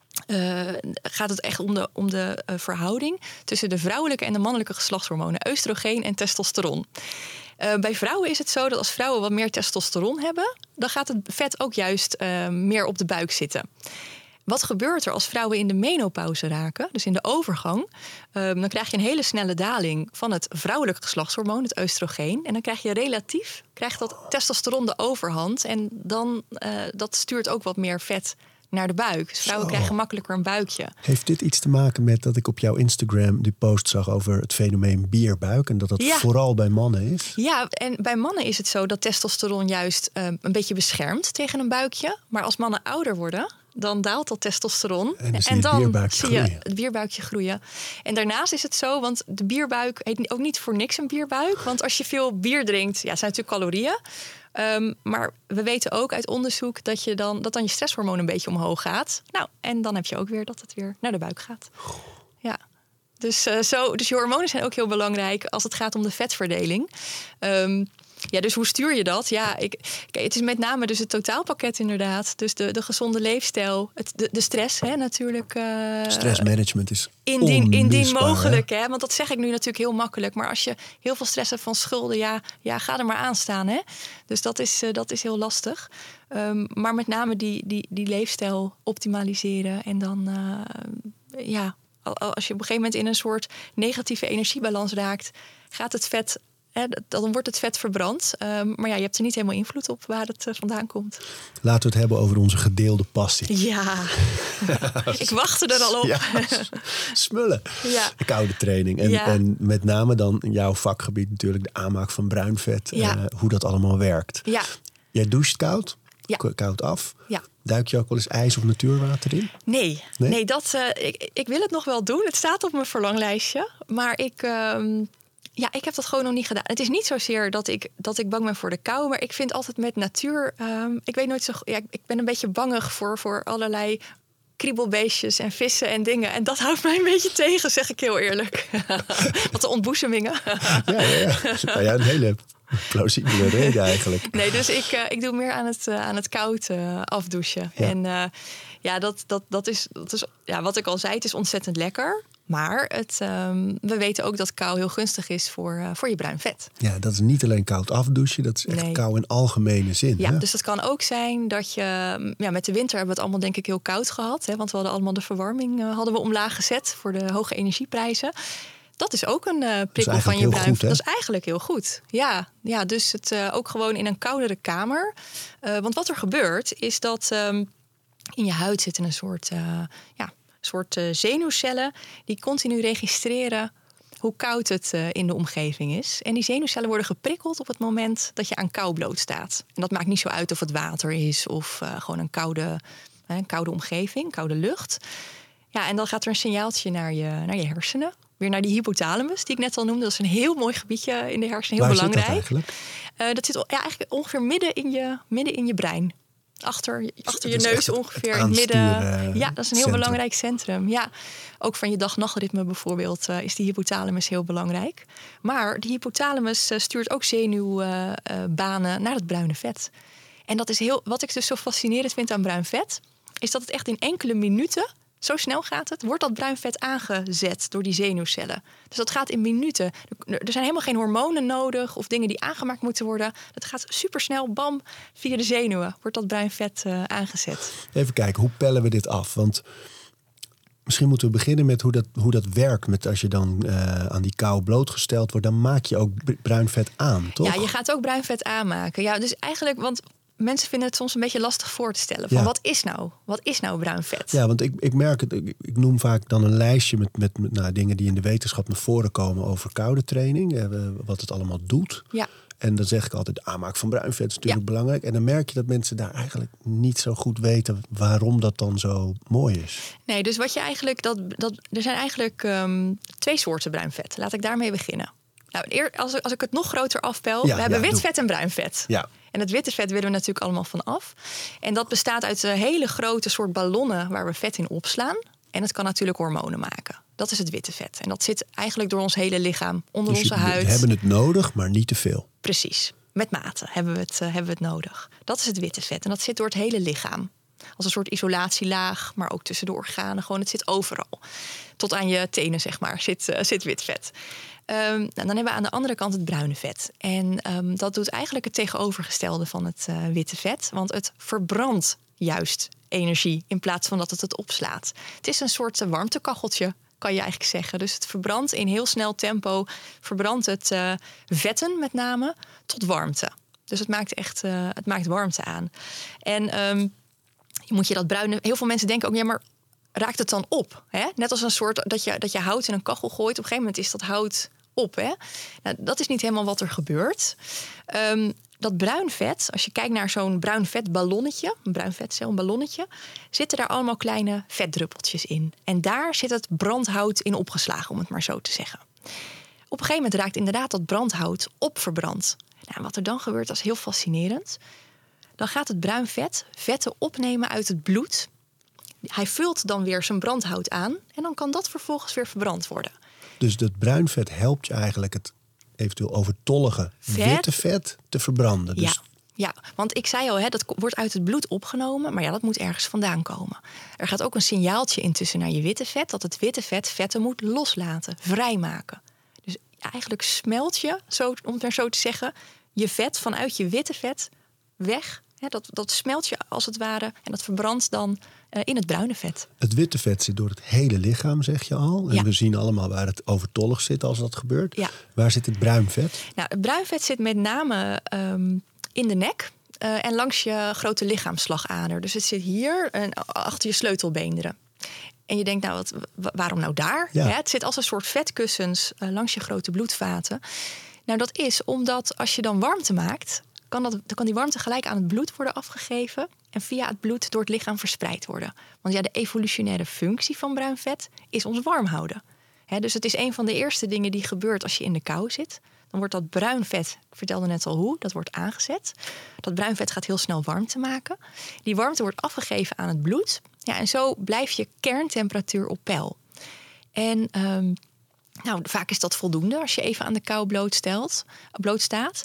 gaat het echt om de verhouding tussen de vrouwelijke en de mannelijke geslachtshormonen, oestrogeen en testosteron. Bij vrouwen is het zo dat als vrouwen wat meer testosteron hebben, dan gaat het vet ook juist meer op de buik zitten. Wat gebeurt er als vrouwen in de menopauze raken, dus in de overgang? Dan krijg je een hele snelle daling van het vrouwelijke geslachtshormoon, het oestrogeen. En dan krijg je krijgt dat testosteron de overhand. En dan dat stuurt ook wat meer vet naar de buik. Dus vrouwen krijgen makkelijker een buikje. Heeft dit iets te maken met dat ik op jouw Instagram die post zag over het fenomeen bierbuik en dat dat vooral bij mannen is? Ja, en bij mannen is het zo dat testosteron juist een beetje beschermt tegen een buikje. Maar als mannen ouder worden, dan daalt dat testosteron. En dan zie je het bierbuikje groeien. En daarnaast is het zo, want de bierbuik heet ook niet voor niks een bierbuik. Want als je veel bier drinkt, zijn natuurlijk calorieën. Maar we weten ook uit onderzoek dat dan je stresshormoon een beetje omhoog gaat. Nou, en dan heb je ook weer dat het weer naar de buik gaat. Ja. Dus je hormonen zijn ook heel belangrijk als het gaat om de vetverdeling. Dus hoe stuur je dat? Ja, het is met name dus het totaalpakket inderdaad. Dus de gezonde leefstijl, de stress natuurlijk. Stressmanagement is indien mogelijk, hè? Want dat zeg ik nu natuurlijk heel makkelijk. Maar als je heel veel stress hebt van schulden, ga er maar aan staan. Hè? Dus dat is heel lastig. Maar met name die leefstijl optimaliseren. En dan, als je op een gegeven moment in een soort negatieve energiebalans raakt, gaat het vet. Dan wordt het vet verbrand. Maar je hebt er niet helemaal invloed op waar het vandaan komt. Laten we het hebben over onze gedeelde passie. Ja, ik wachtte er al op. Ja, smullen. Ja. De koude training. En met name dan in jouw vakgebied natuurlijk de aanmaak van bruin vet. Hoe dat allemaal werkt. Ja. Jij doucht koud? Ja. Koud af? Ja. Duik je ook wel eens ijs of natuurwater in? Nee, ik wil het nog wel doen. Het staat op mijn verlanglijstje. Maar ik heb dat gewoon nog niet gedaan. Het is niet zozeer dat ik bang ben voor de kou. Maar ik vind altijd met natuur. Ik weet nooit zo. Ja, ik ben een beetje bangig voor allerlei kriebelbeestjes en vissen en dingen. En dat houdt mij een beetje tegen, zeg ik heel eerlijk. Wat de ontboezemingen. Ja. Nou ja, een hele Plausibele reden eigenlijk. Nee, dus ik doe meer aan het koud afdouchen. Ja. En dat is wat ik al zei, het is ontzettend lekker. Maar we weten ook dat kou heel gunstig is voor je bruin vet. Ja, dat is niet alleen koud afdouchen, dat is echt kou in algemene zin. Ja, hè? dus dat kan ook zijn dat je... Ja, met de winter hebben we het allemaal denk ik heel koud gehad. Hè, want we hadden allemaal de verwarming hadden we omlaag gezet voor de hoge energieprijzen. Dat is ook een prikkel van je bruin vet. Dat is eigenlijk heel goed. Ja, dus het ook gewoon in een koudere kamer. Want wat er gebeurt is dat in je huid zitten een soort zenuwcellen die continu registreren hoe koud het in de omgeving is. En die zenuwcellen worden geprikkeld op het moment dat je aan kou blootstaat. En dat maakt niet zo uit of het water is of gewoon een koude omgeving, koude lucht. Ja, en dan gaat er een signaaltje naar je hersenen. Weer naar die hypothalamus, die ik net al noemde. Dat is een heel mooi gebiedje in de hersenen, heel belangrijk. Waar zit dat eigenlijk? Dat zit eigenlijk ongeveer midden in je brein. Achter je neus ongeveer in het midden. Ja, dat is een heel belangrijk centrum. Ja, ook van je dag-nachtritme bijvoorbeeld is die hypothalamus heel belangrijk. Maar die hypothalamus stuurt ook zenuwbanen naar het bruine vet. En dat is wat ik dus zo fascinerend vind aan bruin vet, is dat het echt in enkele minuten, zo snel gaat het, wordt dat bruin vet aangezet door die zenuwcellen. Dus dat gaat in minuten. Er zijn helemaal geen hormonen nodig of dingen die aangemaakt moeten worden. Dat gaat supersnel, bam, via de zenuwen wordt dat bruin vet aangezet. Even kijken, hoe pellen we dit af? Want misschien moeten we beginnen met hoe dat werkt. Met als je dan aan die kou blootgesteld wordt, dan maak je ook bruin vet aan, toch? Ja, je gaat ook bruin vet aanmaken. Ja, dus eigenlijk, want mensen vinden het soms een beetje lastig voor te stellen. Van wat is nou bruin vet? Ja, want ik merk het. Ik noem vaak dan een lijstje met dingen die in de wetenschap naar voren komen over koude training. Wat het allemaal doet. Ja. En dan zeg ik altijd, de aanmaak van bruin vet is natuurlijk belangrijk. En dan merk je dat mensen daar eigenlijk niet zo goed weten waarom dat dan zo mooi is. Nee, dus wat je eigenlijk, er zijn eigenlijk 2 soorten bruin vet. Laat ik daarmee beginnen. Nou, als ik het nog groter afpel, we hebben wit vet en bruin vet. Ja. En het witte vet willen we natuurlijk allemaal van af. En dat bestaat uit hele grote soort ballonnen waar we vet in opslaan. En het kan natuurlijk hormonen maken. Dat is het witte vet. En dat zit eigenlijk door ons hele lichaam, onder onze huid. We hebben het nodig, maar niet te veel. Precies. Met mate hebben we het nodig. Dat is het witte vet. En dat zit door het hele lichaam. Als een soort isolatielaag, maar ook tussen de organen. Gewoon, het zit overal. Tot aan je tenen, zeg maar, zit wit vet. Dan hebben we aan de andere kant het bruine vet. En dat doet eigenlijk het tegenovergestelde van het witte vet. Want het verbrandt juist energie in plaats van dat het opslaat. Het is een soort warmtekacheltje, kan je eigenlijk zeggen. Dus het verbrandt in heel snel tempo. Verbrandt het vetten met name tot warmte. Dus het maakt echt warmte aan. En je moet je dat bruine... Heel veel mensen denken ook, ja, maar raakt het dan op? Hè? Net als een soort dat je hout in een kachel gooit. Op een gegeven moment is dat hout op. Hè? Nou, dat is niet helemaal wat er gebeurt. Dat bruin vet, als je kijkt naar zo'n bruin vetballonnetje, een bruin vetcel, een ballonnetje, zitten daar allemaal kleine vetdruppeltjes in. En daar zit het brandhout in opgeslagen, om het maar zo te zeggen. Op een gegeven moment raakt inderdaad dat brandhout opverbrand. Nou, wat er dan gebeurt, dat is heel fascinerend. Dan gaat het bruin vet vetten opnemen uit het bloed. Hij vult dan weer zijn brandhout aan en dan kan dat vervolgens weer verbrand worden. Dus dat bruin vet helpt je eigenlijk het eventueel overtollige witte vet te verbranden. Dus ja, want ik zei al, dat wordt uit het bloed opgenomen, maar dat moet ergens vandaan komen. Er gaat ook een signaaltje intussen naar je witte vet, dat het witte vet vetten moet loslaten, vrijmaken. Dus eigenlijk smelt je, om het maar zo te zeggen, je vet vanuit je witte vet weg. Dat smelt je als het ware en dat verbrandt dan in het bruine vet. Het witte vet zit door het hele lichaam, zeg je al. En we zien allemaal waar het overtollig zit als dat gebeurt. Ja. Waar zit het bruin vet? Nou, het bruin vet zit met name in de nek en langs je grote lichaamsslagader. Dus het zit hier achter je sleutelbeenderen. En je denkt, nou, waarom nou daar? Ja. Het zit als een soort vetkussens langs je grote bloedvaten. Nou, dat is omdat als je dan warmte maakt, dan kan die warmte gelijk aan het bloed worden afgegeven en via het bloed door het lichaam verspreid worden. Want de evolutionaire functie van bruin vet is ons warm houden. Dus het is een van de eerste dingen die gebeurt als je in de kou zit. Dan wordt dat bruin vet, ik vertelde net al hoe, dat wordt aangezet. Dat bruin vet gaat heel snel warmte maken. Die warmte wordt afgegeven aan het bloed. Ja, en zo blijf je kerntemperatuur op peil. En vaak is dat voldoende als je even aan de kou blootstaat.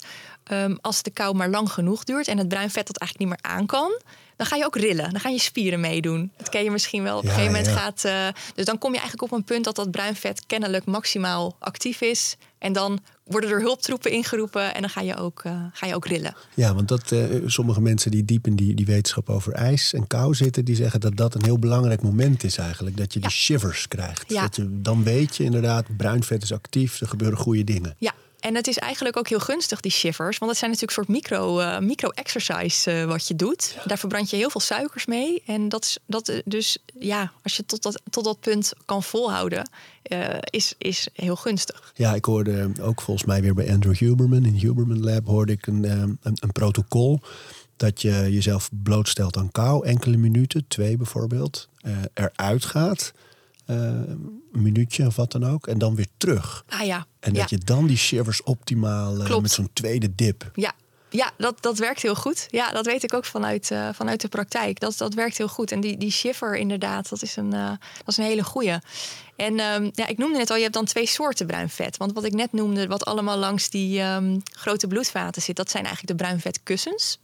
als de kou maar lang genoeg duurt en het bruin vet dat eigenlijk niet meer aan kan, dan ga je ook rillen. Dan gaan je spieren meedoen. Dat ken je misschien wel. Op een gegeven moment gaat... dus dan kom je eigenlijk op een punt dat bruin vet kennelijk maximaal actief is. En dan worden er hulptroepen ingeroepen en dan ga je ook rillen. Ja, want sommige mensen die diep in die wetenschap over ijs en kou zitten, die zeggen dat dat een heel belangrijk moment is eigenlijk. Dat je die shivers krijgt. Ja. Dan weet je inderdaad, bruin vet is actief, er gebeuren goede dingen. Ja. En het is eigenlijk ook heel gunstig, die shivers. Want het zijn natuurlijk een soort micro-exercise wat je doet. Ja. Daar verbrand je heel veel suikers mee. En dus als je tot dat punt kan volhouden, is heel gunstig. Ja, ik hoorde ook volgens mij weer bij Andrew Huberman. In Huberman Lab hoorde ik een protocol dat je jezelf blootstelt aan kou. Enkele minuten, 2 bijvoorbeeld, eruit gaat. Een minuutje of wat dan ook. En dan weer terug. Ja. En dat je dan die shivers optimaal met zo'n tweede dip. Ja, dat werkt heel goed. Ja, dat weet ik ook vanuit de praktijk. Dat werkt heel goed. En die shiver inderdaad, dat is een hele goeie. En ik noemde net al, je hebt dan 2 soorten bruin vet. Want wat ik net noemde, wat allemaal langs die grote bloedvaten zit, dat zijn eigenlijk de bruin vetkussens.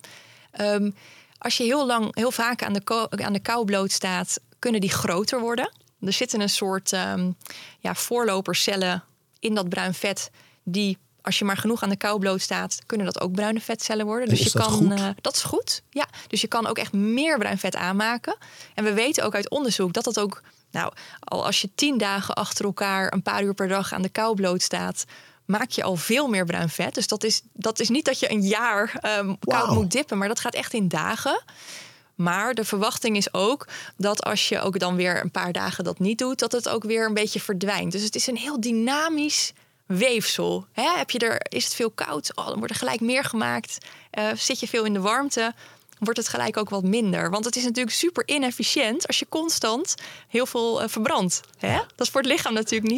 Als je heel vaak aan de kou bloot staat, kunnen die groter worden. Er zitten een soort voorlopercellen in dat bruin vet die, als je maar genoeg aan de kou bloot staat, kunnen dat ook bruine vetcellen worden. Dus is dat goed? Dat is goed. Ja, dus je kan ook echt meer bruin vet aanmaken. En we weten ook uit onderzoek dat ook, al als je 10 dagen achter elkaar een paar uur per dag aan de kou bloot staat, maak je al veel meer bruin vet. Dus dat is niet dat je een jaar koud moet dippen, maar dat gaat echt in dagen. Maar de verwachting is ook dat als je ook dan weer een paar dagen dat niet doet, dat het ook weer een beetje verdwijnt. Dus het is een heel dynamisch weefsel. Is het veel koud? Dan wordt er gelijk meer gemaakt. Zit je veel in de warmte, wordt het gelijk ook wat minder. Want het is natuurlijk super inefficiënt als je constant heel veel verbrandt. Dat is voor het lichaam natuurlijk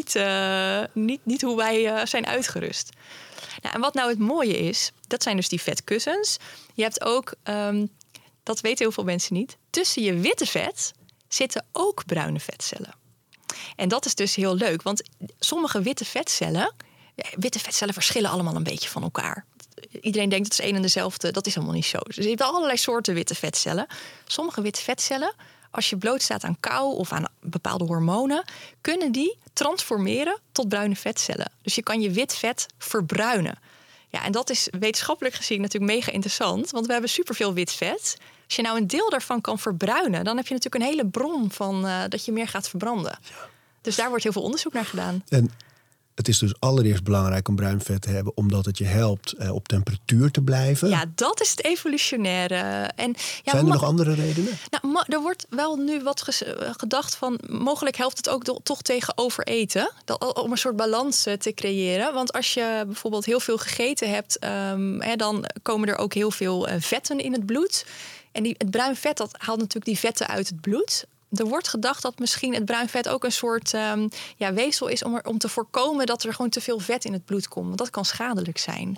niet hoe wij zijn uitgerust. En wat nou het mooie is, dat zijn dus die vetkussens. Je hebt ook, dat weten heel veel mensen niet, tussen je witte vet zitten ook bruine vetcellen. En dat is dus heel leuk, want sommige witte vetcellen verschillen allemaal een beetje van elkaar. Iedereen denkt dat is één en dezelfde, dat is helemaal niet zo. Dus je hebt allerlei soorten witte vetcellen. Sommige witte vetcellen, als je blootstaat aan kou of aan bepaalde hormonen, kunnen die transformeren tot bruine vetcellen. Dus je kan je wit vet verbruinen. Ja, en dat is wetenschappelijk gezien natuurlijk mega interessant, want we hebben superveel wit vet. Als je nou een deel daarvan kan verbruinen, dan heb je natuurlijk een hele bron van dat je meer gaat verbranden. Ja. Dus daar wordt heel veel onderzoek naar gedaan. En het is dus allereerst belangrijk om bruin vet te hebben, omdat het je helpt op temperatuur te blijven. Ja, dat is het evolutionaire. En, zijn er nog andere redenen? Er wordt wel nu wat gedacht van, mogelijk helpt het ook toch tegen overeten. Om een soort balans te creëren. Want als je bijvoorbeeld heel veel gegeten hebt, dan komen er ook heel veel vetten in het bloed. En het bruin vet, dat haalt natuurlijk die vetten uit het bloed. Er wordt gedacht dat misschien het bruin vet ook een soort weefsel is om te voorkomen dat er gewoon te veel vet in het bloed komt. Want dat kan schadelijk zijn.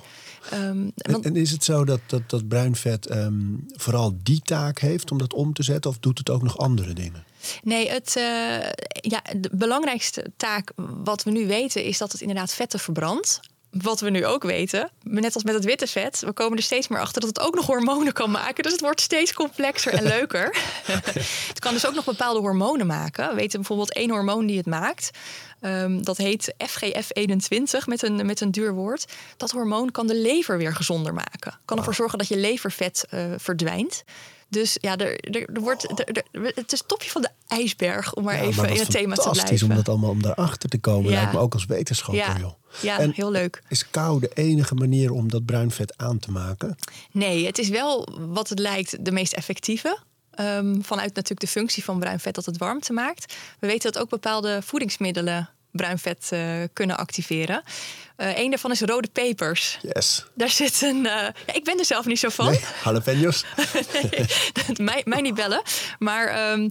En is het zo dat bruin vet vooral die taak heeft om dat om te zetten, of doet het ook nog andere dingen? Nee, de belangrijkste taak wat we nu weten is dat het inderdaad vetten verbrandt. Wat we nu ook weten, net als met het witte vet, we komen er steeds meer achter dat het ook nog hormonen kan maken. Dus het wordt steeds complexer en leuker. Het kan dus ook nog bepaalde hormonen maken. We weten bijvoorbeeld 1 hormoon die het maakt. Dat heet FGF21 met een duur woord. Dat hormoon kan de lever weer gezonder maken. Kan ervoor zorgen dat je levervet verdwijnt. Dus ja, het is het topje van de ijsberg, om maar even in het thema te blijven. Fantastisch om daarachter te komen, lijkt me ook als wetenschapper. Joh. Ja, en heel leuk. Is kou de enige manier om dat bruin vet aan te maken? Nee, het is wel wat het lijkt de meest effectieve. Vanuit natuurlijk de functie van bruin vet dat het warmte maakt. We weten dat ook bepaalde voedingsmiddelen bruin vet kunnen activeren. Een daarvan is rode pepers. Yes. Daar zit ik ben er zelf niet zo van. Nee, jalapenos? Nee, mij niet bellen. Maar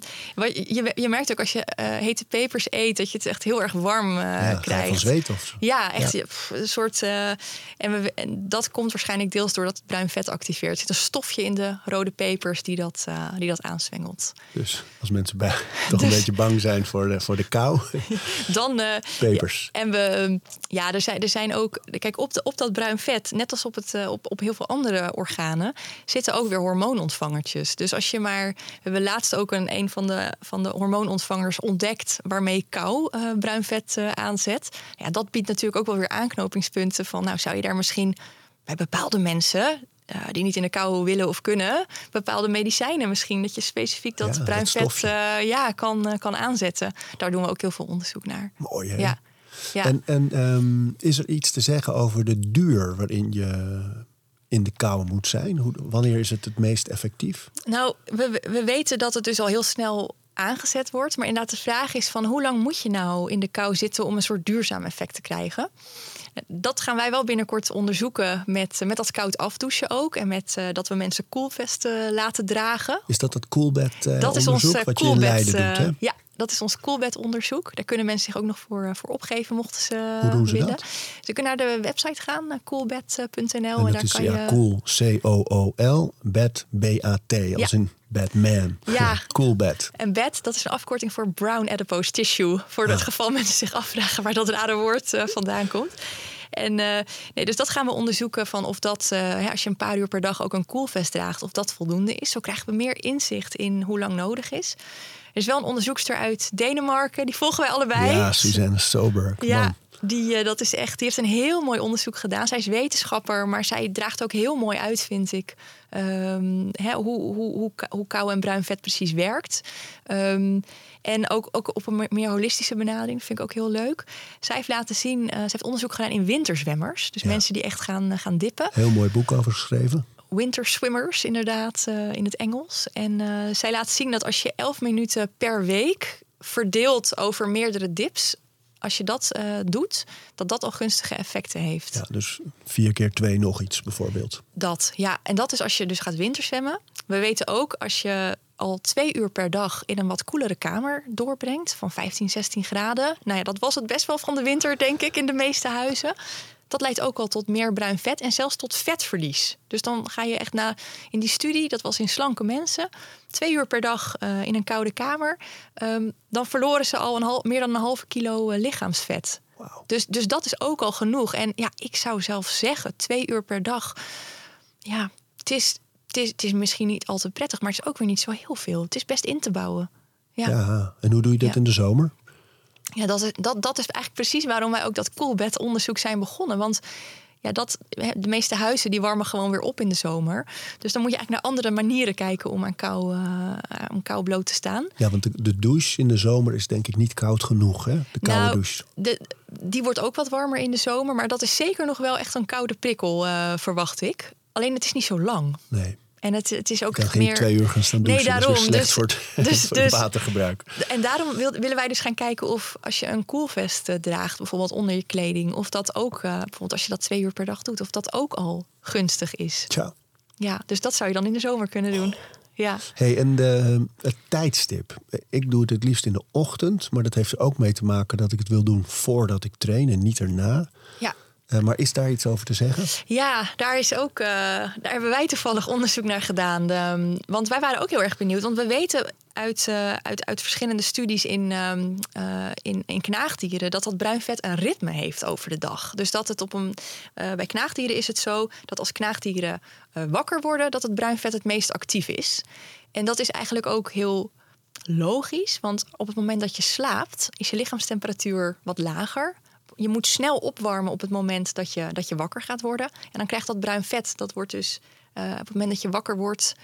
je merkt ook als je hete pepers eet, dat je het echt heel erg warm krijgt. Ga je van zweet of zo? Ja, echt een soort. En dat komt waarschijnlijk deels doordat het bruin vet activeert. Er zit een stofje in de rode pepers die dat aanzwengelt. Dus als mensen toch een beetje bang zijn voor de kou, dan pepers. En er zijn ook... Kijk, op dat bruin vet, net als op heel veel andere organen... zitten ook weer hormoonontvangertjes. Dus als je maar... We hebben laatst ook een van de hormoonontvangers ontdekt... waarmee kou bruin vet aanzet. Ja, dat biedt natuurlijk ook wel weer aanknopingspunten van... nou, zou je daar misschien bij bepaalde mensen... die niet in de kou willen of kunnen... bepaalde medicijnen misschien... dat je specifiek dat bruin vet kan aanzetten. Daar doen we ook heel veel onderzoek naar. Mooi, hè? Ja. Ja. En is er iets te zeggen over de duur... waarin je in de kou moet zijn? Wanneer is het meest effectief? Nou, we weten dat het dus al heel snel aangezet wordt. Maar inderdaad de vraag is van... hoe lang moet je nou in de kou zitten... om een soort duurzaam effect te krijgen... Dat gaan wij wel binnenkort onderzoeken met dat koud afdouchen ook. En met dat we mensen koelvesten laten dragen. Is dat Coolbed dat is onderzoek ons wat je in Leiden doet, hè? Ja, dat is ons Coolbed onderzoek. Daar kunnen mensen zich ook nog voor opgeven mochten ze Hoe doen ze willen. dat? Ze kunnen naar de website gaan, coolbed.nl. En dat is cool, C-O-O-L, bed, B-A-T, als in Batman. Ja. Coolbed. En bed, dat is een afkorting voor brown adipose tissue. Voor het geval mensen zich afvragen waar dat rare woord vandaan komt. En dus dat gaan we onderzoeken van of dat, als je een paar uur per dag ook een koelvest draagt, of dat voldoende is. Zo krijgen we meer inzicht in hoe lang nodig is. Er is wel een onderzoekster uit Denemarken, die volgen wij allebei. Ja, Suzanne Soberg. Ja, die heeft een heel mooi onderzoek gedaan. Zij is wetenschapper, maar zij draagt ook heel mooi uit, vind ik. Hoe kou en bruin vet precies werkt. En ook op een meer holistische benadering. Dat vind ik ook heel leuk. Zij heeft laten zien, ze heeft onderzoek gedaan in winterzwemmers. Dus mensen die echt gaan dippen. Heel mooi boek over geschreven. Winter swimmers, inderdaad, in het Engels. En zij laat zien dat als je 11 minuten per week verdeelt over meerdere dips, als je dat doet, dat al gunstige effecten heeft. Ja, dus 4 keer 2 nog iets bijvoorbeeld. Dat, ja. En dat is als je dus gaat winterzwemmen. We weten ook als je al 2 uur per dag in een wat koelere kamer doorbrengt, van 15, 16 graden. Nou ja, dat was het best wel van de winter, denk ik, in de meeste huizen. Dat leidt ook al tot meer bruin vet en zelfs tot vetverlies. Dus dan ga je echt in die studie, dat was in slanke mensen, 2 uur per dag in een koude kamer. Dan verloren ze al meer dan een halve kilo lichaamsvet. Wow. Dus dat is ook al genoeg. En ja, ik zou zelf zeggen, 2 uur per dag. Ja, het is misschien niet al te prettig, maar het is ook weer niet zo heel veel. Het is best in te bouwen. Ja, en hoe doe je dit in de zomer? Ja, dat is eigenlijk precies waarom wij ook dat Coolbed onderzoek zijn begonnen. Want ja, de meeste huizen die warmen gewoon weer op in de zomer. Dus dan moet je eigenlijk naar andere manieren kijken om aan kou bloot te staan. Ja, want de douche in de zomer is denk ik niet koud genoeg, hè? De koude douche. Die wordt ook wat warmer in de zomer. Maar dat is zeker nog wel echt een koude prikkel, verwacht ik. Alleen het is niet zo lang. Nee. En het is ook echt meer... geen 2 uur gaan staan douchen. Nee, daarom. Dat is weer slecht voor het watergebruik. En daarom willen wij dus gaan kijken of als je een koelvest draagt, bijvoorbeeld onder je kleding, of dat ook, bijvoorbeeld als je dat 2 uur per dag doet, of dat ook al gunstig is. Tja. Ja, dus dat zou je dan in de zomer kunnen doen. Ja. Hey, en het tijdstip. Ik doe het liefst in de ochtend, maar dat heeft er ook mee te maken dat ik het wil doen voordat ik train en niet erna. Ja. Maar is daar iets over te zeggen? Ja, daar hebben wij toevallig onderzoek naar gedaan. Want wij waren ook heel erg benieuwd. Want we weten uit verschillende studies in knaagdieren dat bruin vet een ritme heeft over de dag. Dus dat het bij knaagdieren is het zo dat als knaagdieren wakker worden, dat het bruin vet het meest actief is. En dat is eigenlijk ook heel logisch. Want op het moment dat je slaapt, is je lichaamstemperatuur wat lager. Je moet snel opwarmen op het moment dat je wakker gaat worden. En dan krijgt dat bruin vet, dat wordt dus op het moment dat je wakker wordt,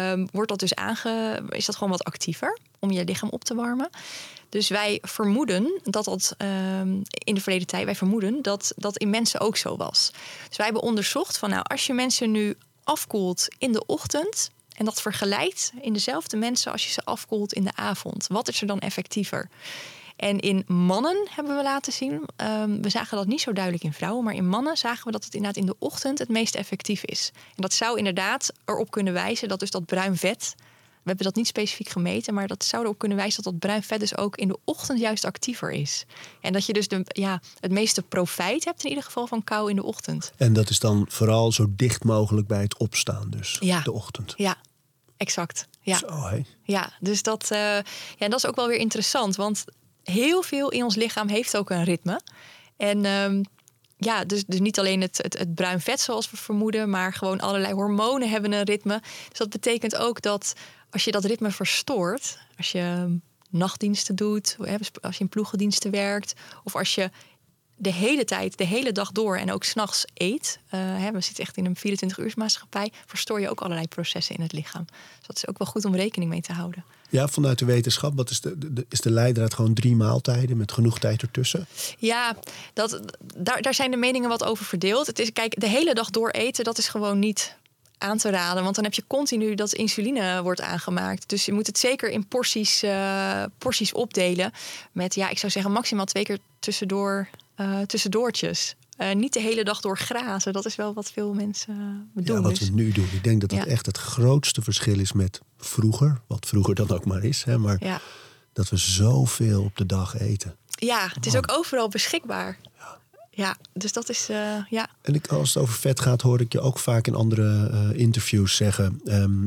is dat gewoon wat actiever om je lichaam op te warmen. Dus wij vermoeden dat in de verleden tijd, dat in mensen ook zo was. Dus wij hebben onderzocht van als je mensen nu afkoelt in de ochtend en dat vergelijkt in dezelfde mensen als je ze afkoelt in de avond, wat is er dan effectiever? En in mannen hebben we laten zien, we zagen dat niet zo duidelijk in vrouwen, maar in mannen zagen we dat het inderdaad in de ochtend het meest effectief is. En dat zou inderdaad erop kunnen wijzen dat dus dat bruin vet, we hebben dat niet specifiek gemeten, maar dat zou erop kunnen wijzen dat bruin vet dus ook in de ochtend juist actiever is. En dat je dus het meeste profijt hebt in ieder geval van kou in de ochtend. En dat is dan vooral zo dicht mogelijk bij het opstaan dus, de ochtend. Ja, exact. Ja, zo, hey. Ja, dus dat is ook wel weer interessant, want heel veel in ons lichaam heeft ook een ritme. En dus niet alleen het bruin vet zoals we vermoeden, maar gewoon allerlei hormonen hebben een ritme. Dus dat betekent ook dat als je dat ritme verstoort, als je nachtdiensten doet, als je in ploegendiensten werkt, of als je de hele tijd, de hele dag door en ook 's nachts eet. We zitten echt in een 24-uursmaatschappij. Verstoor je ook allerlei processen in het lichaam. Dus dat is ook wel goed om rekening mee te houden. Ja, vanuit de wetenschap, wat is de leidraad gewoon 3 maaltijden met genoeg tijd ertussen? Ja, daar zijn de meningen wat over verdeeld. Het is, kijk, de hele dag door eten, dat is gewoon niet aan te raden. Want dan heb je continu dat insuline wordt aangemaakt. Dus je moet het zeker in porties opdelen. Met, ik zou zeggen maximaal 2 keer tussendoortjes. Niet de hele dag door grazen. Dat is wel wat veel mensen doen. Ja, wat we nu doen. Ik denk dat dat echt het grootste verschil is met vroeger. Wat vroeger dan ook maar is. Hè, maar dat we zoveel op de dag eten. Ja, het is ook overal beschikbaar. Ja, dus dat is, En als het over vet gaat, hoor ik je ook vaak in andere interviews zeggen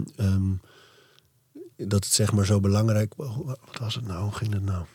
dat het zeg maar zo belangrijk... Wat was het nou? Hoe ging het nou?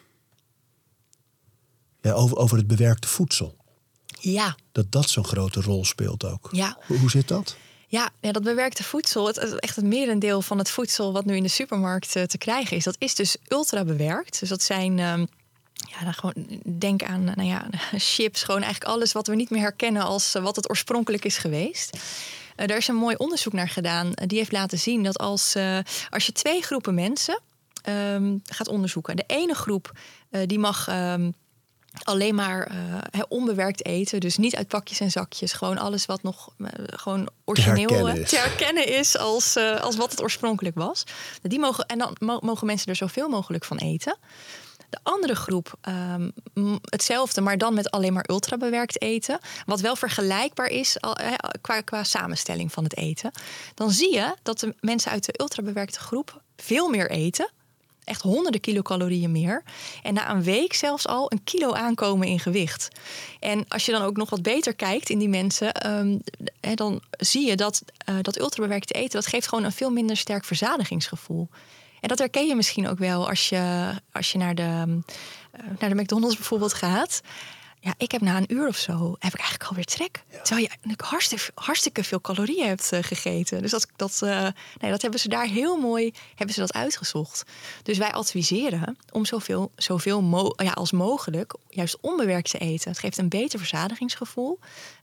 Ja, over het bewerkte voedsel. Ja. Dat zo'n grote rol speelt ook. Ja. Hoe zit dat? Ja, dat bewerkte voedsel, echt het merendeel van het voedsel wat nu in de supermarkt te krijgen is, dat is dus ultra bewerkt. Dus dat zijn, dan gewoon denk aan chips, gewoon eigenlijk alles wat we niet meer herkennen als wat het oorspronkelijk is geweest. Daar is een mooi onderzoek naar gedaan. Die heeft laten zien dat als je 2 groepen mensen gaat onderzoeken. De ene groep die mag alleen maar onbewerkt eten. Dus niet uit pakjes en zakjes. Gewoon alles wat nog gewoon origineel te herkennen is als wat het oorspronkelijk was. En dan mogen mensen er zoveel mogelijk van eten. De andere groep hetzelfde, maar dan met alleen maar ultrabewerkt eten. Wat wel vergelijkbaar is qua samenstelling van het eten. Dan zie je dat de mensen uit de ultrabewerkte groep veel meer eten. Echt honderden kilocalorieën meer. En na een week zelfs al 1 kilo aankomen in gewicht. En als je dan ook nog wat beter kijkt in die mensen, dan zie je dat ultrabewerkte eten, dat geeft gewoon een veel minder sterk verzadigingsgevoel. En dat herken je misschien ook wel als je naar de McDonald's bijvoorbeeld gaat. Ja, ik heb na 1 uur of zo heb ik eigenlijk alweer trek. Ja. Terwijl je hartstikke veel calorieën hebt gegeten. Dus dat hebben ze daar heel mooi uitgezocht. Dus wij adviseren om zoveel als mogelijk juist onbewerkt te eten. Het geeft een beter verzadigingsgevoel.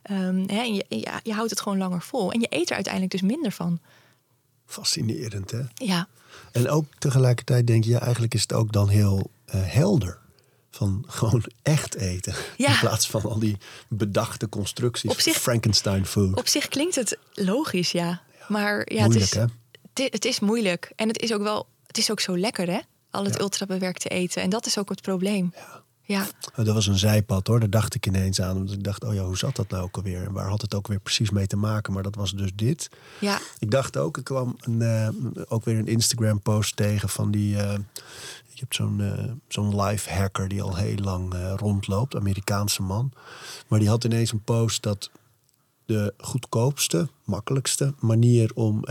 Je houdt het gewoon langer vol. En je eet er uiteindelijk dus minder van. Fascinerend, hè? Ja. En ook tegelijkertijd denk je, eigenlijk is het ook dan heel helder. Van gewoon echt eten. Ja. In plaats van al die bedachte constructies. Op zich, Frankenstein food. Op zich klinkt het logisch, ja. Maar ja, moeilijk, het is moeilijk. En het is ook zo lekker, hè? Al het ultrabewerkte eten. En dat is ook het probleem. Ja. Dat was een zijpad, hoor. Daar dacht ik ineens aan. Want ik dacht, hoe zat dat nou ook alweer? En waar had het ook weer precies mee te maken? Maar dat was dus dit. Ja. Ik dacht ook, ik kwam ook weer een Instagram post tegen van die... Je hebt zo'n life hacker die al heel lang rondloopt, Amerikaanse man. Maar die had ineens een post dat de goedkoopste, makkelijkste manier om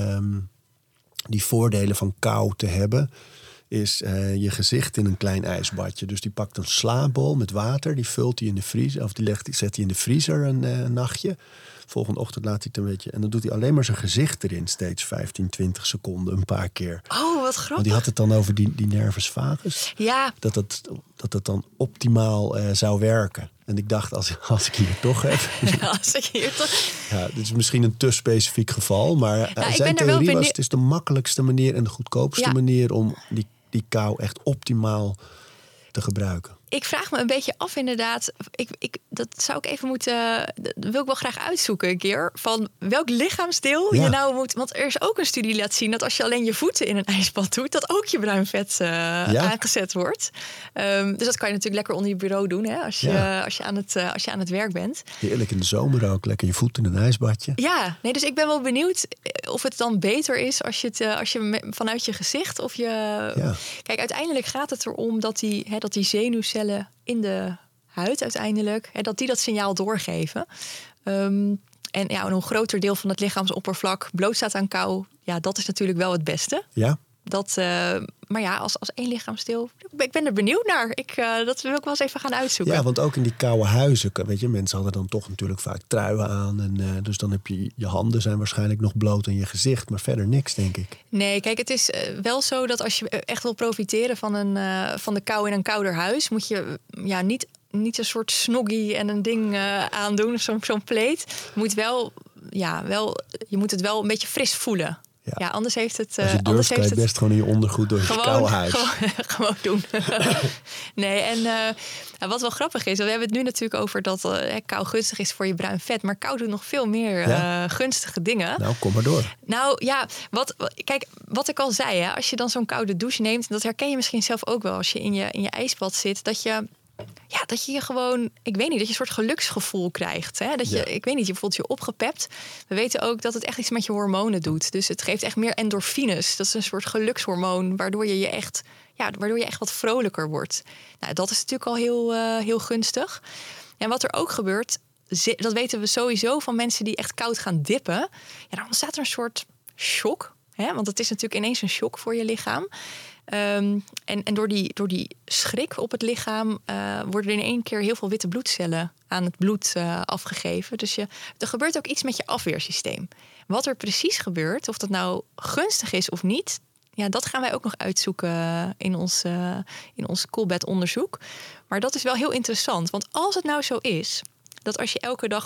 die voordelen van kou te hebben, is je gezicht in een klein ijsbadje. Dus die pakt een slaapbol met water, die vult hij in de vriezer, of die zet hij in de vriezer een nachtje. Volgende ochtend laat hij het een beetje. En dan doet hij alleen maar zijn gezicht erin. Steeds 15, 20 seconden, een paar keer. Oh, wat grappig. Want die had het dan over die nervus vagus. Ja. Dat het dan optimaal zou werken. En ik dacht, als ik hier toch heb. Als ik hier toch. Ja, dit is misschien een te specifiek geval. Maar zijn theorie was, het is de makkelijkste manier en de goedkoopste manier om die kou echt optimaal te gebruiken. Ik vraag me een beetje af inderdaad. Dat zou ik even moeten... Dat wil ik wel graag uitzoeken een keer. Van welk lichaamsdeel je nou moet... Want er is ook een studie die laat zien dat als je alleen je voeten in een ijsbad doet, dat ook je bruin vet aangezet wordt. Dus dat kan je natuurlijk lekker onder je bureau doen, hè, als je aan het werk bent. Heerlijk in de zomer ook. Lekker je voeten in een ijsbadje. Ja, nee, dus ik ben wel benieuwd of het dan beter is als je vanuit je gezicht of je... Ja. Kijk, uiteindelijk gaat het erom dat die zenuwcellen in de huid uiteindelijk, dat die dat signaal doorgeven. En een groter deel van het lichaamsoppervlak blootstaat aan kou. Ja, dat is natuurlijk wel het beste. Ja. Maar ja, als één lichaam stil... Ik ben er benieuwd naar. Dat wil ik wel eens even gaan uitzoeken. Ja, want ook in die koude huizen, weet je, mensen hadden dan toch natuurlijk vaak truien aan. En dus dan heb je handen zijn waarschijnlijk nog bloot en je gezicht, maar verder niks, denk ik. Nee, kijk, het is wel zo dat als je echt wil profiteren van de kou in een kouder huis, moet je niet een soort snoggy en een ding aandoen, zo'n pleet. Je moet het wel een beetje fris voelen. Ja, anders heeft het... Als je durft, kan je best gewoon in je ondergoed door je koude huis. Gewoon doen. Nee, en wat wel grappig is... We hebben het nu natuurlijk over dat kou gunstig is voor je bruin vet. Maar kou doet nog veel meer gunstige dingen. Nou, kom maar door. Nou ja, wat ik al zei... Hè, als je dan zo'n koude douche neemt... dat herken je misschien zelf ook wel als je in je ijsbad zit... dat je gewoon, ik weet niet, dat je een soort geluksgevoel krijgt. Hè? Ik weet niet, je voelt je opgepept. We weten ook dat het echt iets met je hormonen doet. Dus het geeft echt meer endorfines. Dat is een soort gelukshormoon, waardoor je echt wat vrolijker wordt. Nou, dat is natuurlijk al heel gunstig. En wat er ook gebeurt, dat weten we sowieso van mensen die echt koud gaan dippen. Ja, dan ontstaat er een soort shock. Hè? Want het is natuurlijk ineens een shock voor je lichaam. En door die schrik op het lichaam worden er in één keer heel veel witte bloedcellen aan het bloed afgegeven. Dus er gebeurt ook iets met je afweersysteem. Wat er precies gebeurt, of dat nou gunstig is of niet, ja, dat gaan wij ook nog uitzoeken in ons Coolbed-onderzoek. Maar dat is wel heel interessant. Want als het nou zo is dat als je elke dag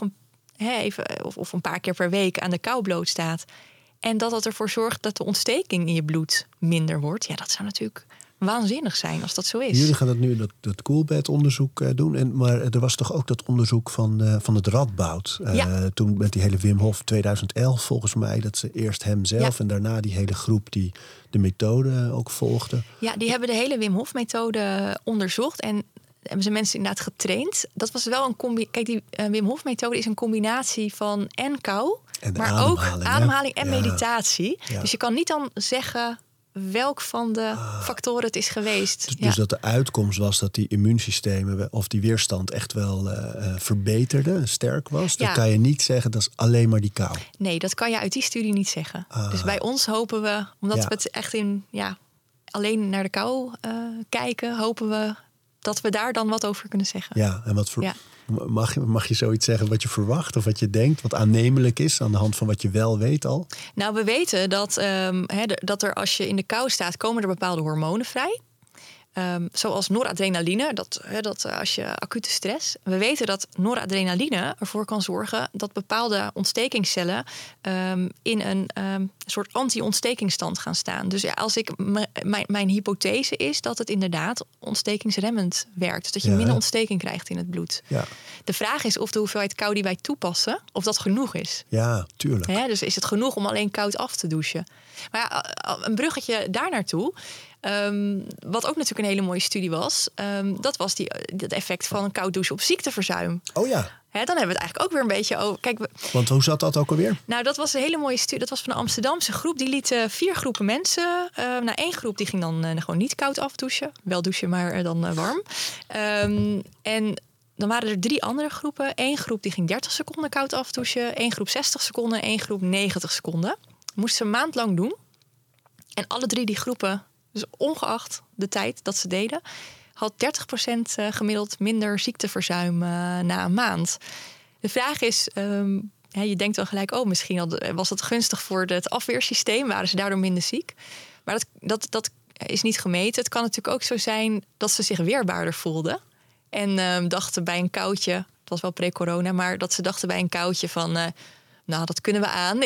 of een paar keer per week aan de kou bloot staat, en dat ervoor zorgt dat de ontsteking in je bloed minder wordt. Ja, dat zou natuurlijk waanzinnig zijn als dat zo is. Jullie gaan dat Coolbed-onderzoek doen. Maar er was toch ook dat onderzoek van het Radboud. Toen met die hele Wim Hof 2011 volgens mij. Dat ze eerst hemzelf en daarna die hele groep die de methode ook volgde. Ja, die hebben de hele Wim Hof-methode onderzocht. En hebben ze mensen inderdaad getraind. Dat was wel een combinatie. Kijk, die Wim Hof-methode is een combinatie van en kou, maar ook ademhaling en meditatie. Ja. Dus je kan niet dan zeggen welk van de factoren het is geweest. Dus dat de uitkomst was dat die immuunsystemen of die weerstand echt wel verbeterde, sterk was. Dan kan je niet zeggen dat is alleen maar die kou. Nee, dat kan je uit die studie niet zeggen. Dus bij ons hopen we, omdat we het echt alleen naar de kou kijken, hopen we dat we daar dan wat over kunnen zeggen. Ja, en wat voor... Mag je zoiets zeggen wat je verwacht of wat je denkt, wat aannemelijk is aan de hand van wat je wel weet al? Nou, we weten dat er als je in de kou staat, komen er bepaalde hormonen vrij. Zoals noradrenaline, dat als je acute stress. We weten dat noradrenaline ervoor kan zorgen dat bepaalde ontstekingscellen in een soort anti-ontstekingsstand gaan staan. Dus als mijn hypothese is dat het inderdaad ontstekingsremmend werkt. Dus dat je minder ontsteking krijgt in het bloed. Ja. De vraag is of de hoeveelheid kou die wij toepassen, of dat genoeg is. Ja, tuurlijk. Dus is het genoeg om alleen koud af te douchen? Maar een bruggetje daar naartoe. Wat ook natuurlijk een hele mooie studie was. Dat was het effect van een koud douchen op ziekteverzuim. Oh ja. Dan hebben we het eigenlijk ook weer een beetje over. Kijk, want hoe zat dat ook alweer? Nou, dat was een hele mooie studie. Dat was van een Amsterdamse groep. Die liet 4 groepen mensen. Één groep die ging dan gewoon niet koud afdouchen. Wel douchen, maar dan warm. En dan waren er 3 andere groepen. 1 groep die ging 30 seconden koud afdouchen. 1 groep 60 seconden. 1 groep 90 seconden. Moesten ze een maand lang doen. En alle 3 die groepen, dus ongeacht de tijd dat ze deden, had 30% gemiddeld minder ziekteverzuim na een maand. De vraag is, je denkt dan gelijk, misschien was dat gunstig voor het afweersysteem, waren ze daardoor minder ziek. Maar dat is niet gemeten. Het kan natuurlijk ook zo zijn dat ze zich weerbaarder voelden. En dachten bij een koudje, het was wel pre-corona, maar dat ze dachten bij een koudje van, dat kunnen we aan.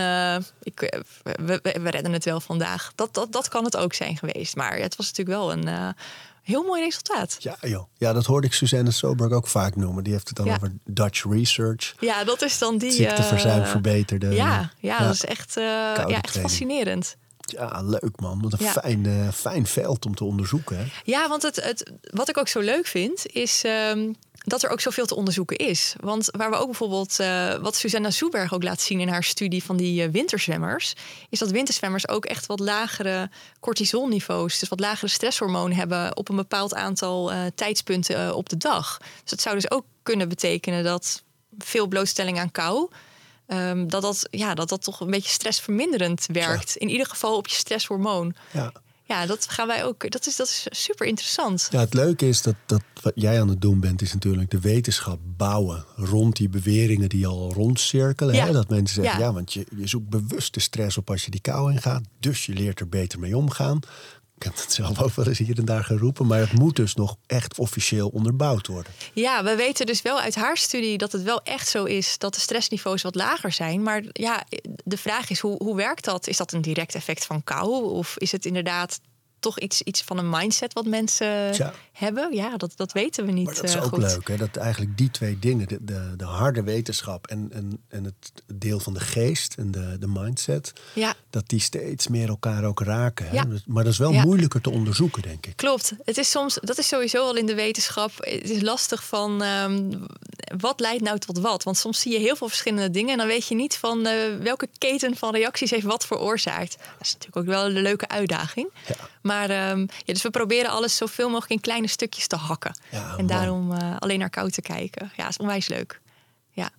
We redden het wel vandaag. Dat kan het ook zijn geweest. Maar het was natuurlijk wel een heel mooi resultaat. Ja, joh. Ja, dat hoorde ik Suzanne Soberg ook vaak noemen. Die heeft het dan over Dutch Research. Ja, dat is dan die ziekteverzuim verbeterde. Dat is echt fascinerend. Ja, leuk man. Wat een fijn veld om te onderzoeken. Hè? Ja, want wat ik ook zo leuk vind, is dat er ook zoveel te onderzoeken is. Want waar we ook bijvoorbeeld, wat Suzanne Soberg ook laat zien in haar studie van die winterzwemmers, is dat winterzwemmers ook echt wat lagere cortisolniveaus, dus wat lagere stresshormoon hebben op een bepaald aantal tijdspunten op de dag. Dus dat zou dus ook kunnen betekenen dat veel blootstelling aan kou dat toch een beetje stressverminderend werkt. In ieder geval op je stresshormoon. Ja, dat gaan wij ook. Dat is super interessant. Ja, het leuke is dat wat jij aan het doen bent, is natuurlijk de wetenschap bouwen rond die beweringen die al rondcirkelen. Ja. Hè? Dat mensen zeggen, want je zoekt bewust de stress op als je die kou ingaat. Dus je leert er beter mee omgaan. Ik heb het zelf ook wel eens hier en daar geroepen. Maar het moet dus nog echt officieel onderbouwd worden. Ja, we weten dus wel uit haar studie dat het wel echt zo is dat de stressniveaus wat lager zijn. Maar ja, de vraag is, hoe werkt dat? Is dat een direct effect van kou? Of is het inderdaad toch iets van een mindset wat mensen hebben? Ja, dat weten we niet. Maar dat is ook leuk, hè? Dat eigenlijk die twee dingen, de harde wetenschap en het deel van de geest en de mindset, dat die steeds meer elkaar ook raken. Hè? Ja. Maar dat is wel moeilijker te onderzoeken, denk ik. Klopt. Het is soms, dat is sowieso al in de wetenschap. Het is lastig van wat leidt nou tot wat? Want soms zie je heel veel verschillende dingen en dan weet je niet van welke keten van reacties heeft wat veroorzaakt. Dat is natuurlijk ook wel een leuke uitdaging. Ja. Maar dus we proberen alles zoveel mogelijk in kleine stukjes te hakken. Ja, en daarom alleen naar kou te kijken. Ja, is onwijs leuk. Ja.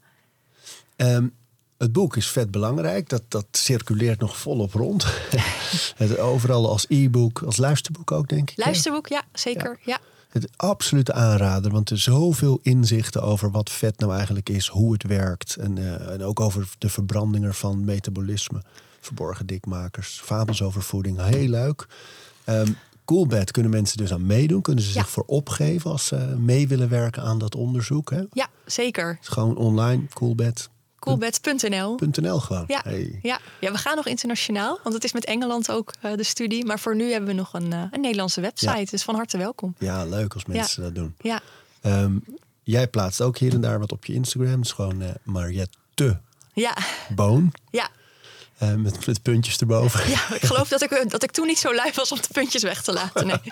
Het boek is vet belangrijk. Dat circuleert nog volop rond. Overal als e-book, als luisterboek ook, denk ik. Luisterboek, ja, zeker. Ja. Het absolute aanrader, want er is zoveel inzichten over wat vet nou eigenlijk is, hoe het werkt. En ook over de verbrandingen van metabolisme. Verborgen dikmakers, fabels over voeding. Heel leuk. Coolbet kunnen mensen dus aan meedoen. Kunnen ze zich voor opgeven als ze mee willen werken aan dat onderzoek? Hè? Ja, zeker. Het is gewoon online, Coolbet. Coolbet.nl. .nl gewoon. Ja. Hey. Ja, we gaan nog internationaal, want het is met Engeland ook de studie. Maar voor nu hebben we nog een Nederlandse website, dus van harte welkom. Ja, leuk als mensen dat doen. Ja. Jij plaatst ook hier en daar wat op je Instagram. Het is gewoon Mariette Boon. Ja. Met puntjes erboven. Ja, ik geloof dat ik toen niet zo lui was om de puntjes weg te laten. Nee.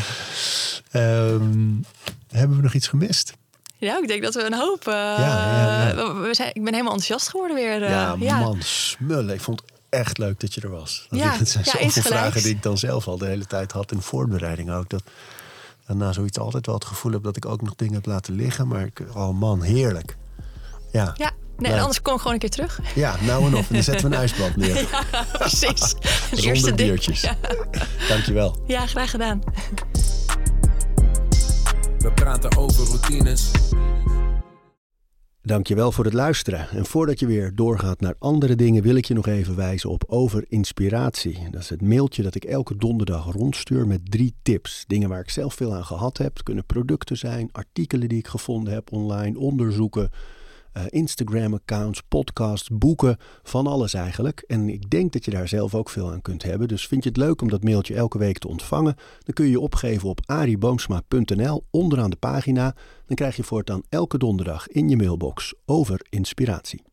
Hebben we nog iets gemist? Ja, ik denk dat we een hoop... ik ben helemaal enthousiast geworden weer. Man, smullen. Ik vond het echt leuk dat je er was. Het zijn zoveel vragen die ik dan zelf al de hele tijd had in voorbereiding ook. Dat na zoiets altijd wel het gevoel heb dat ik ook nog dingen heb laten liggen. Maar heerlijk. Ja. Nee, anders kom ik gewoon een keer terug. Ja, nou en op. En dan zetten we een ijsbad neer. Ja, precies. Zonder biertjes. Ja. Dankjewel. Ja, graag gedaan. We praten over routines. Dankjewel voor het luisteren. En voordat je weer doorgaat naar andere dingen, wil ik je nog even wijzen op Over Inspiratie. Dat is het mailtje dat ik elke donderdag rondstuur met 3 tips. Dingen waar ik zelf veel aan gehad heb. Het kunnen producten zijn, artikelen die ik gevonden heb online, onderzoeken, Instagram-accounts, podcasts, boeken, van alles eigenlijk. En ik denk dat je daar zelf ook veel aan kunt hebben. Dus vind je het leuk om dat mailtje elke week te ontvangen? Dan kun je je opgeven op ariboomsma.nl onderaan de pagina. Dan krijg je voortaan elke donderdag in je mailbox Over Inspiratie.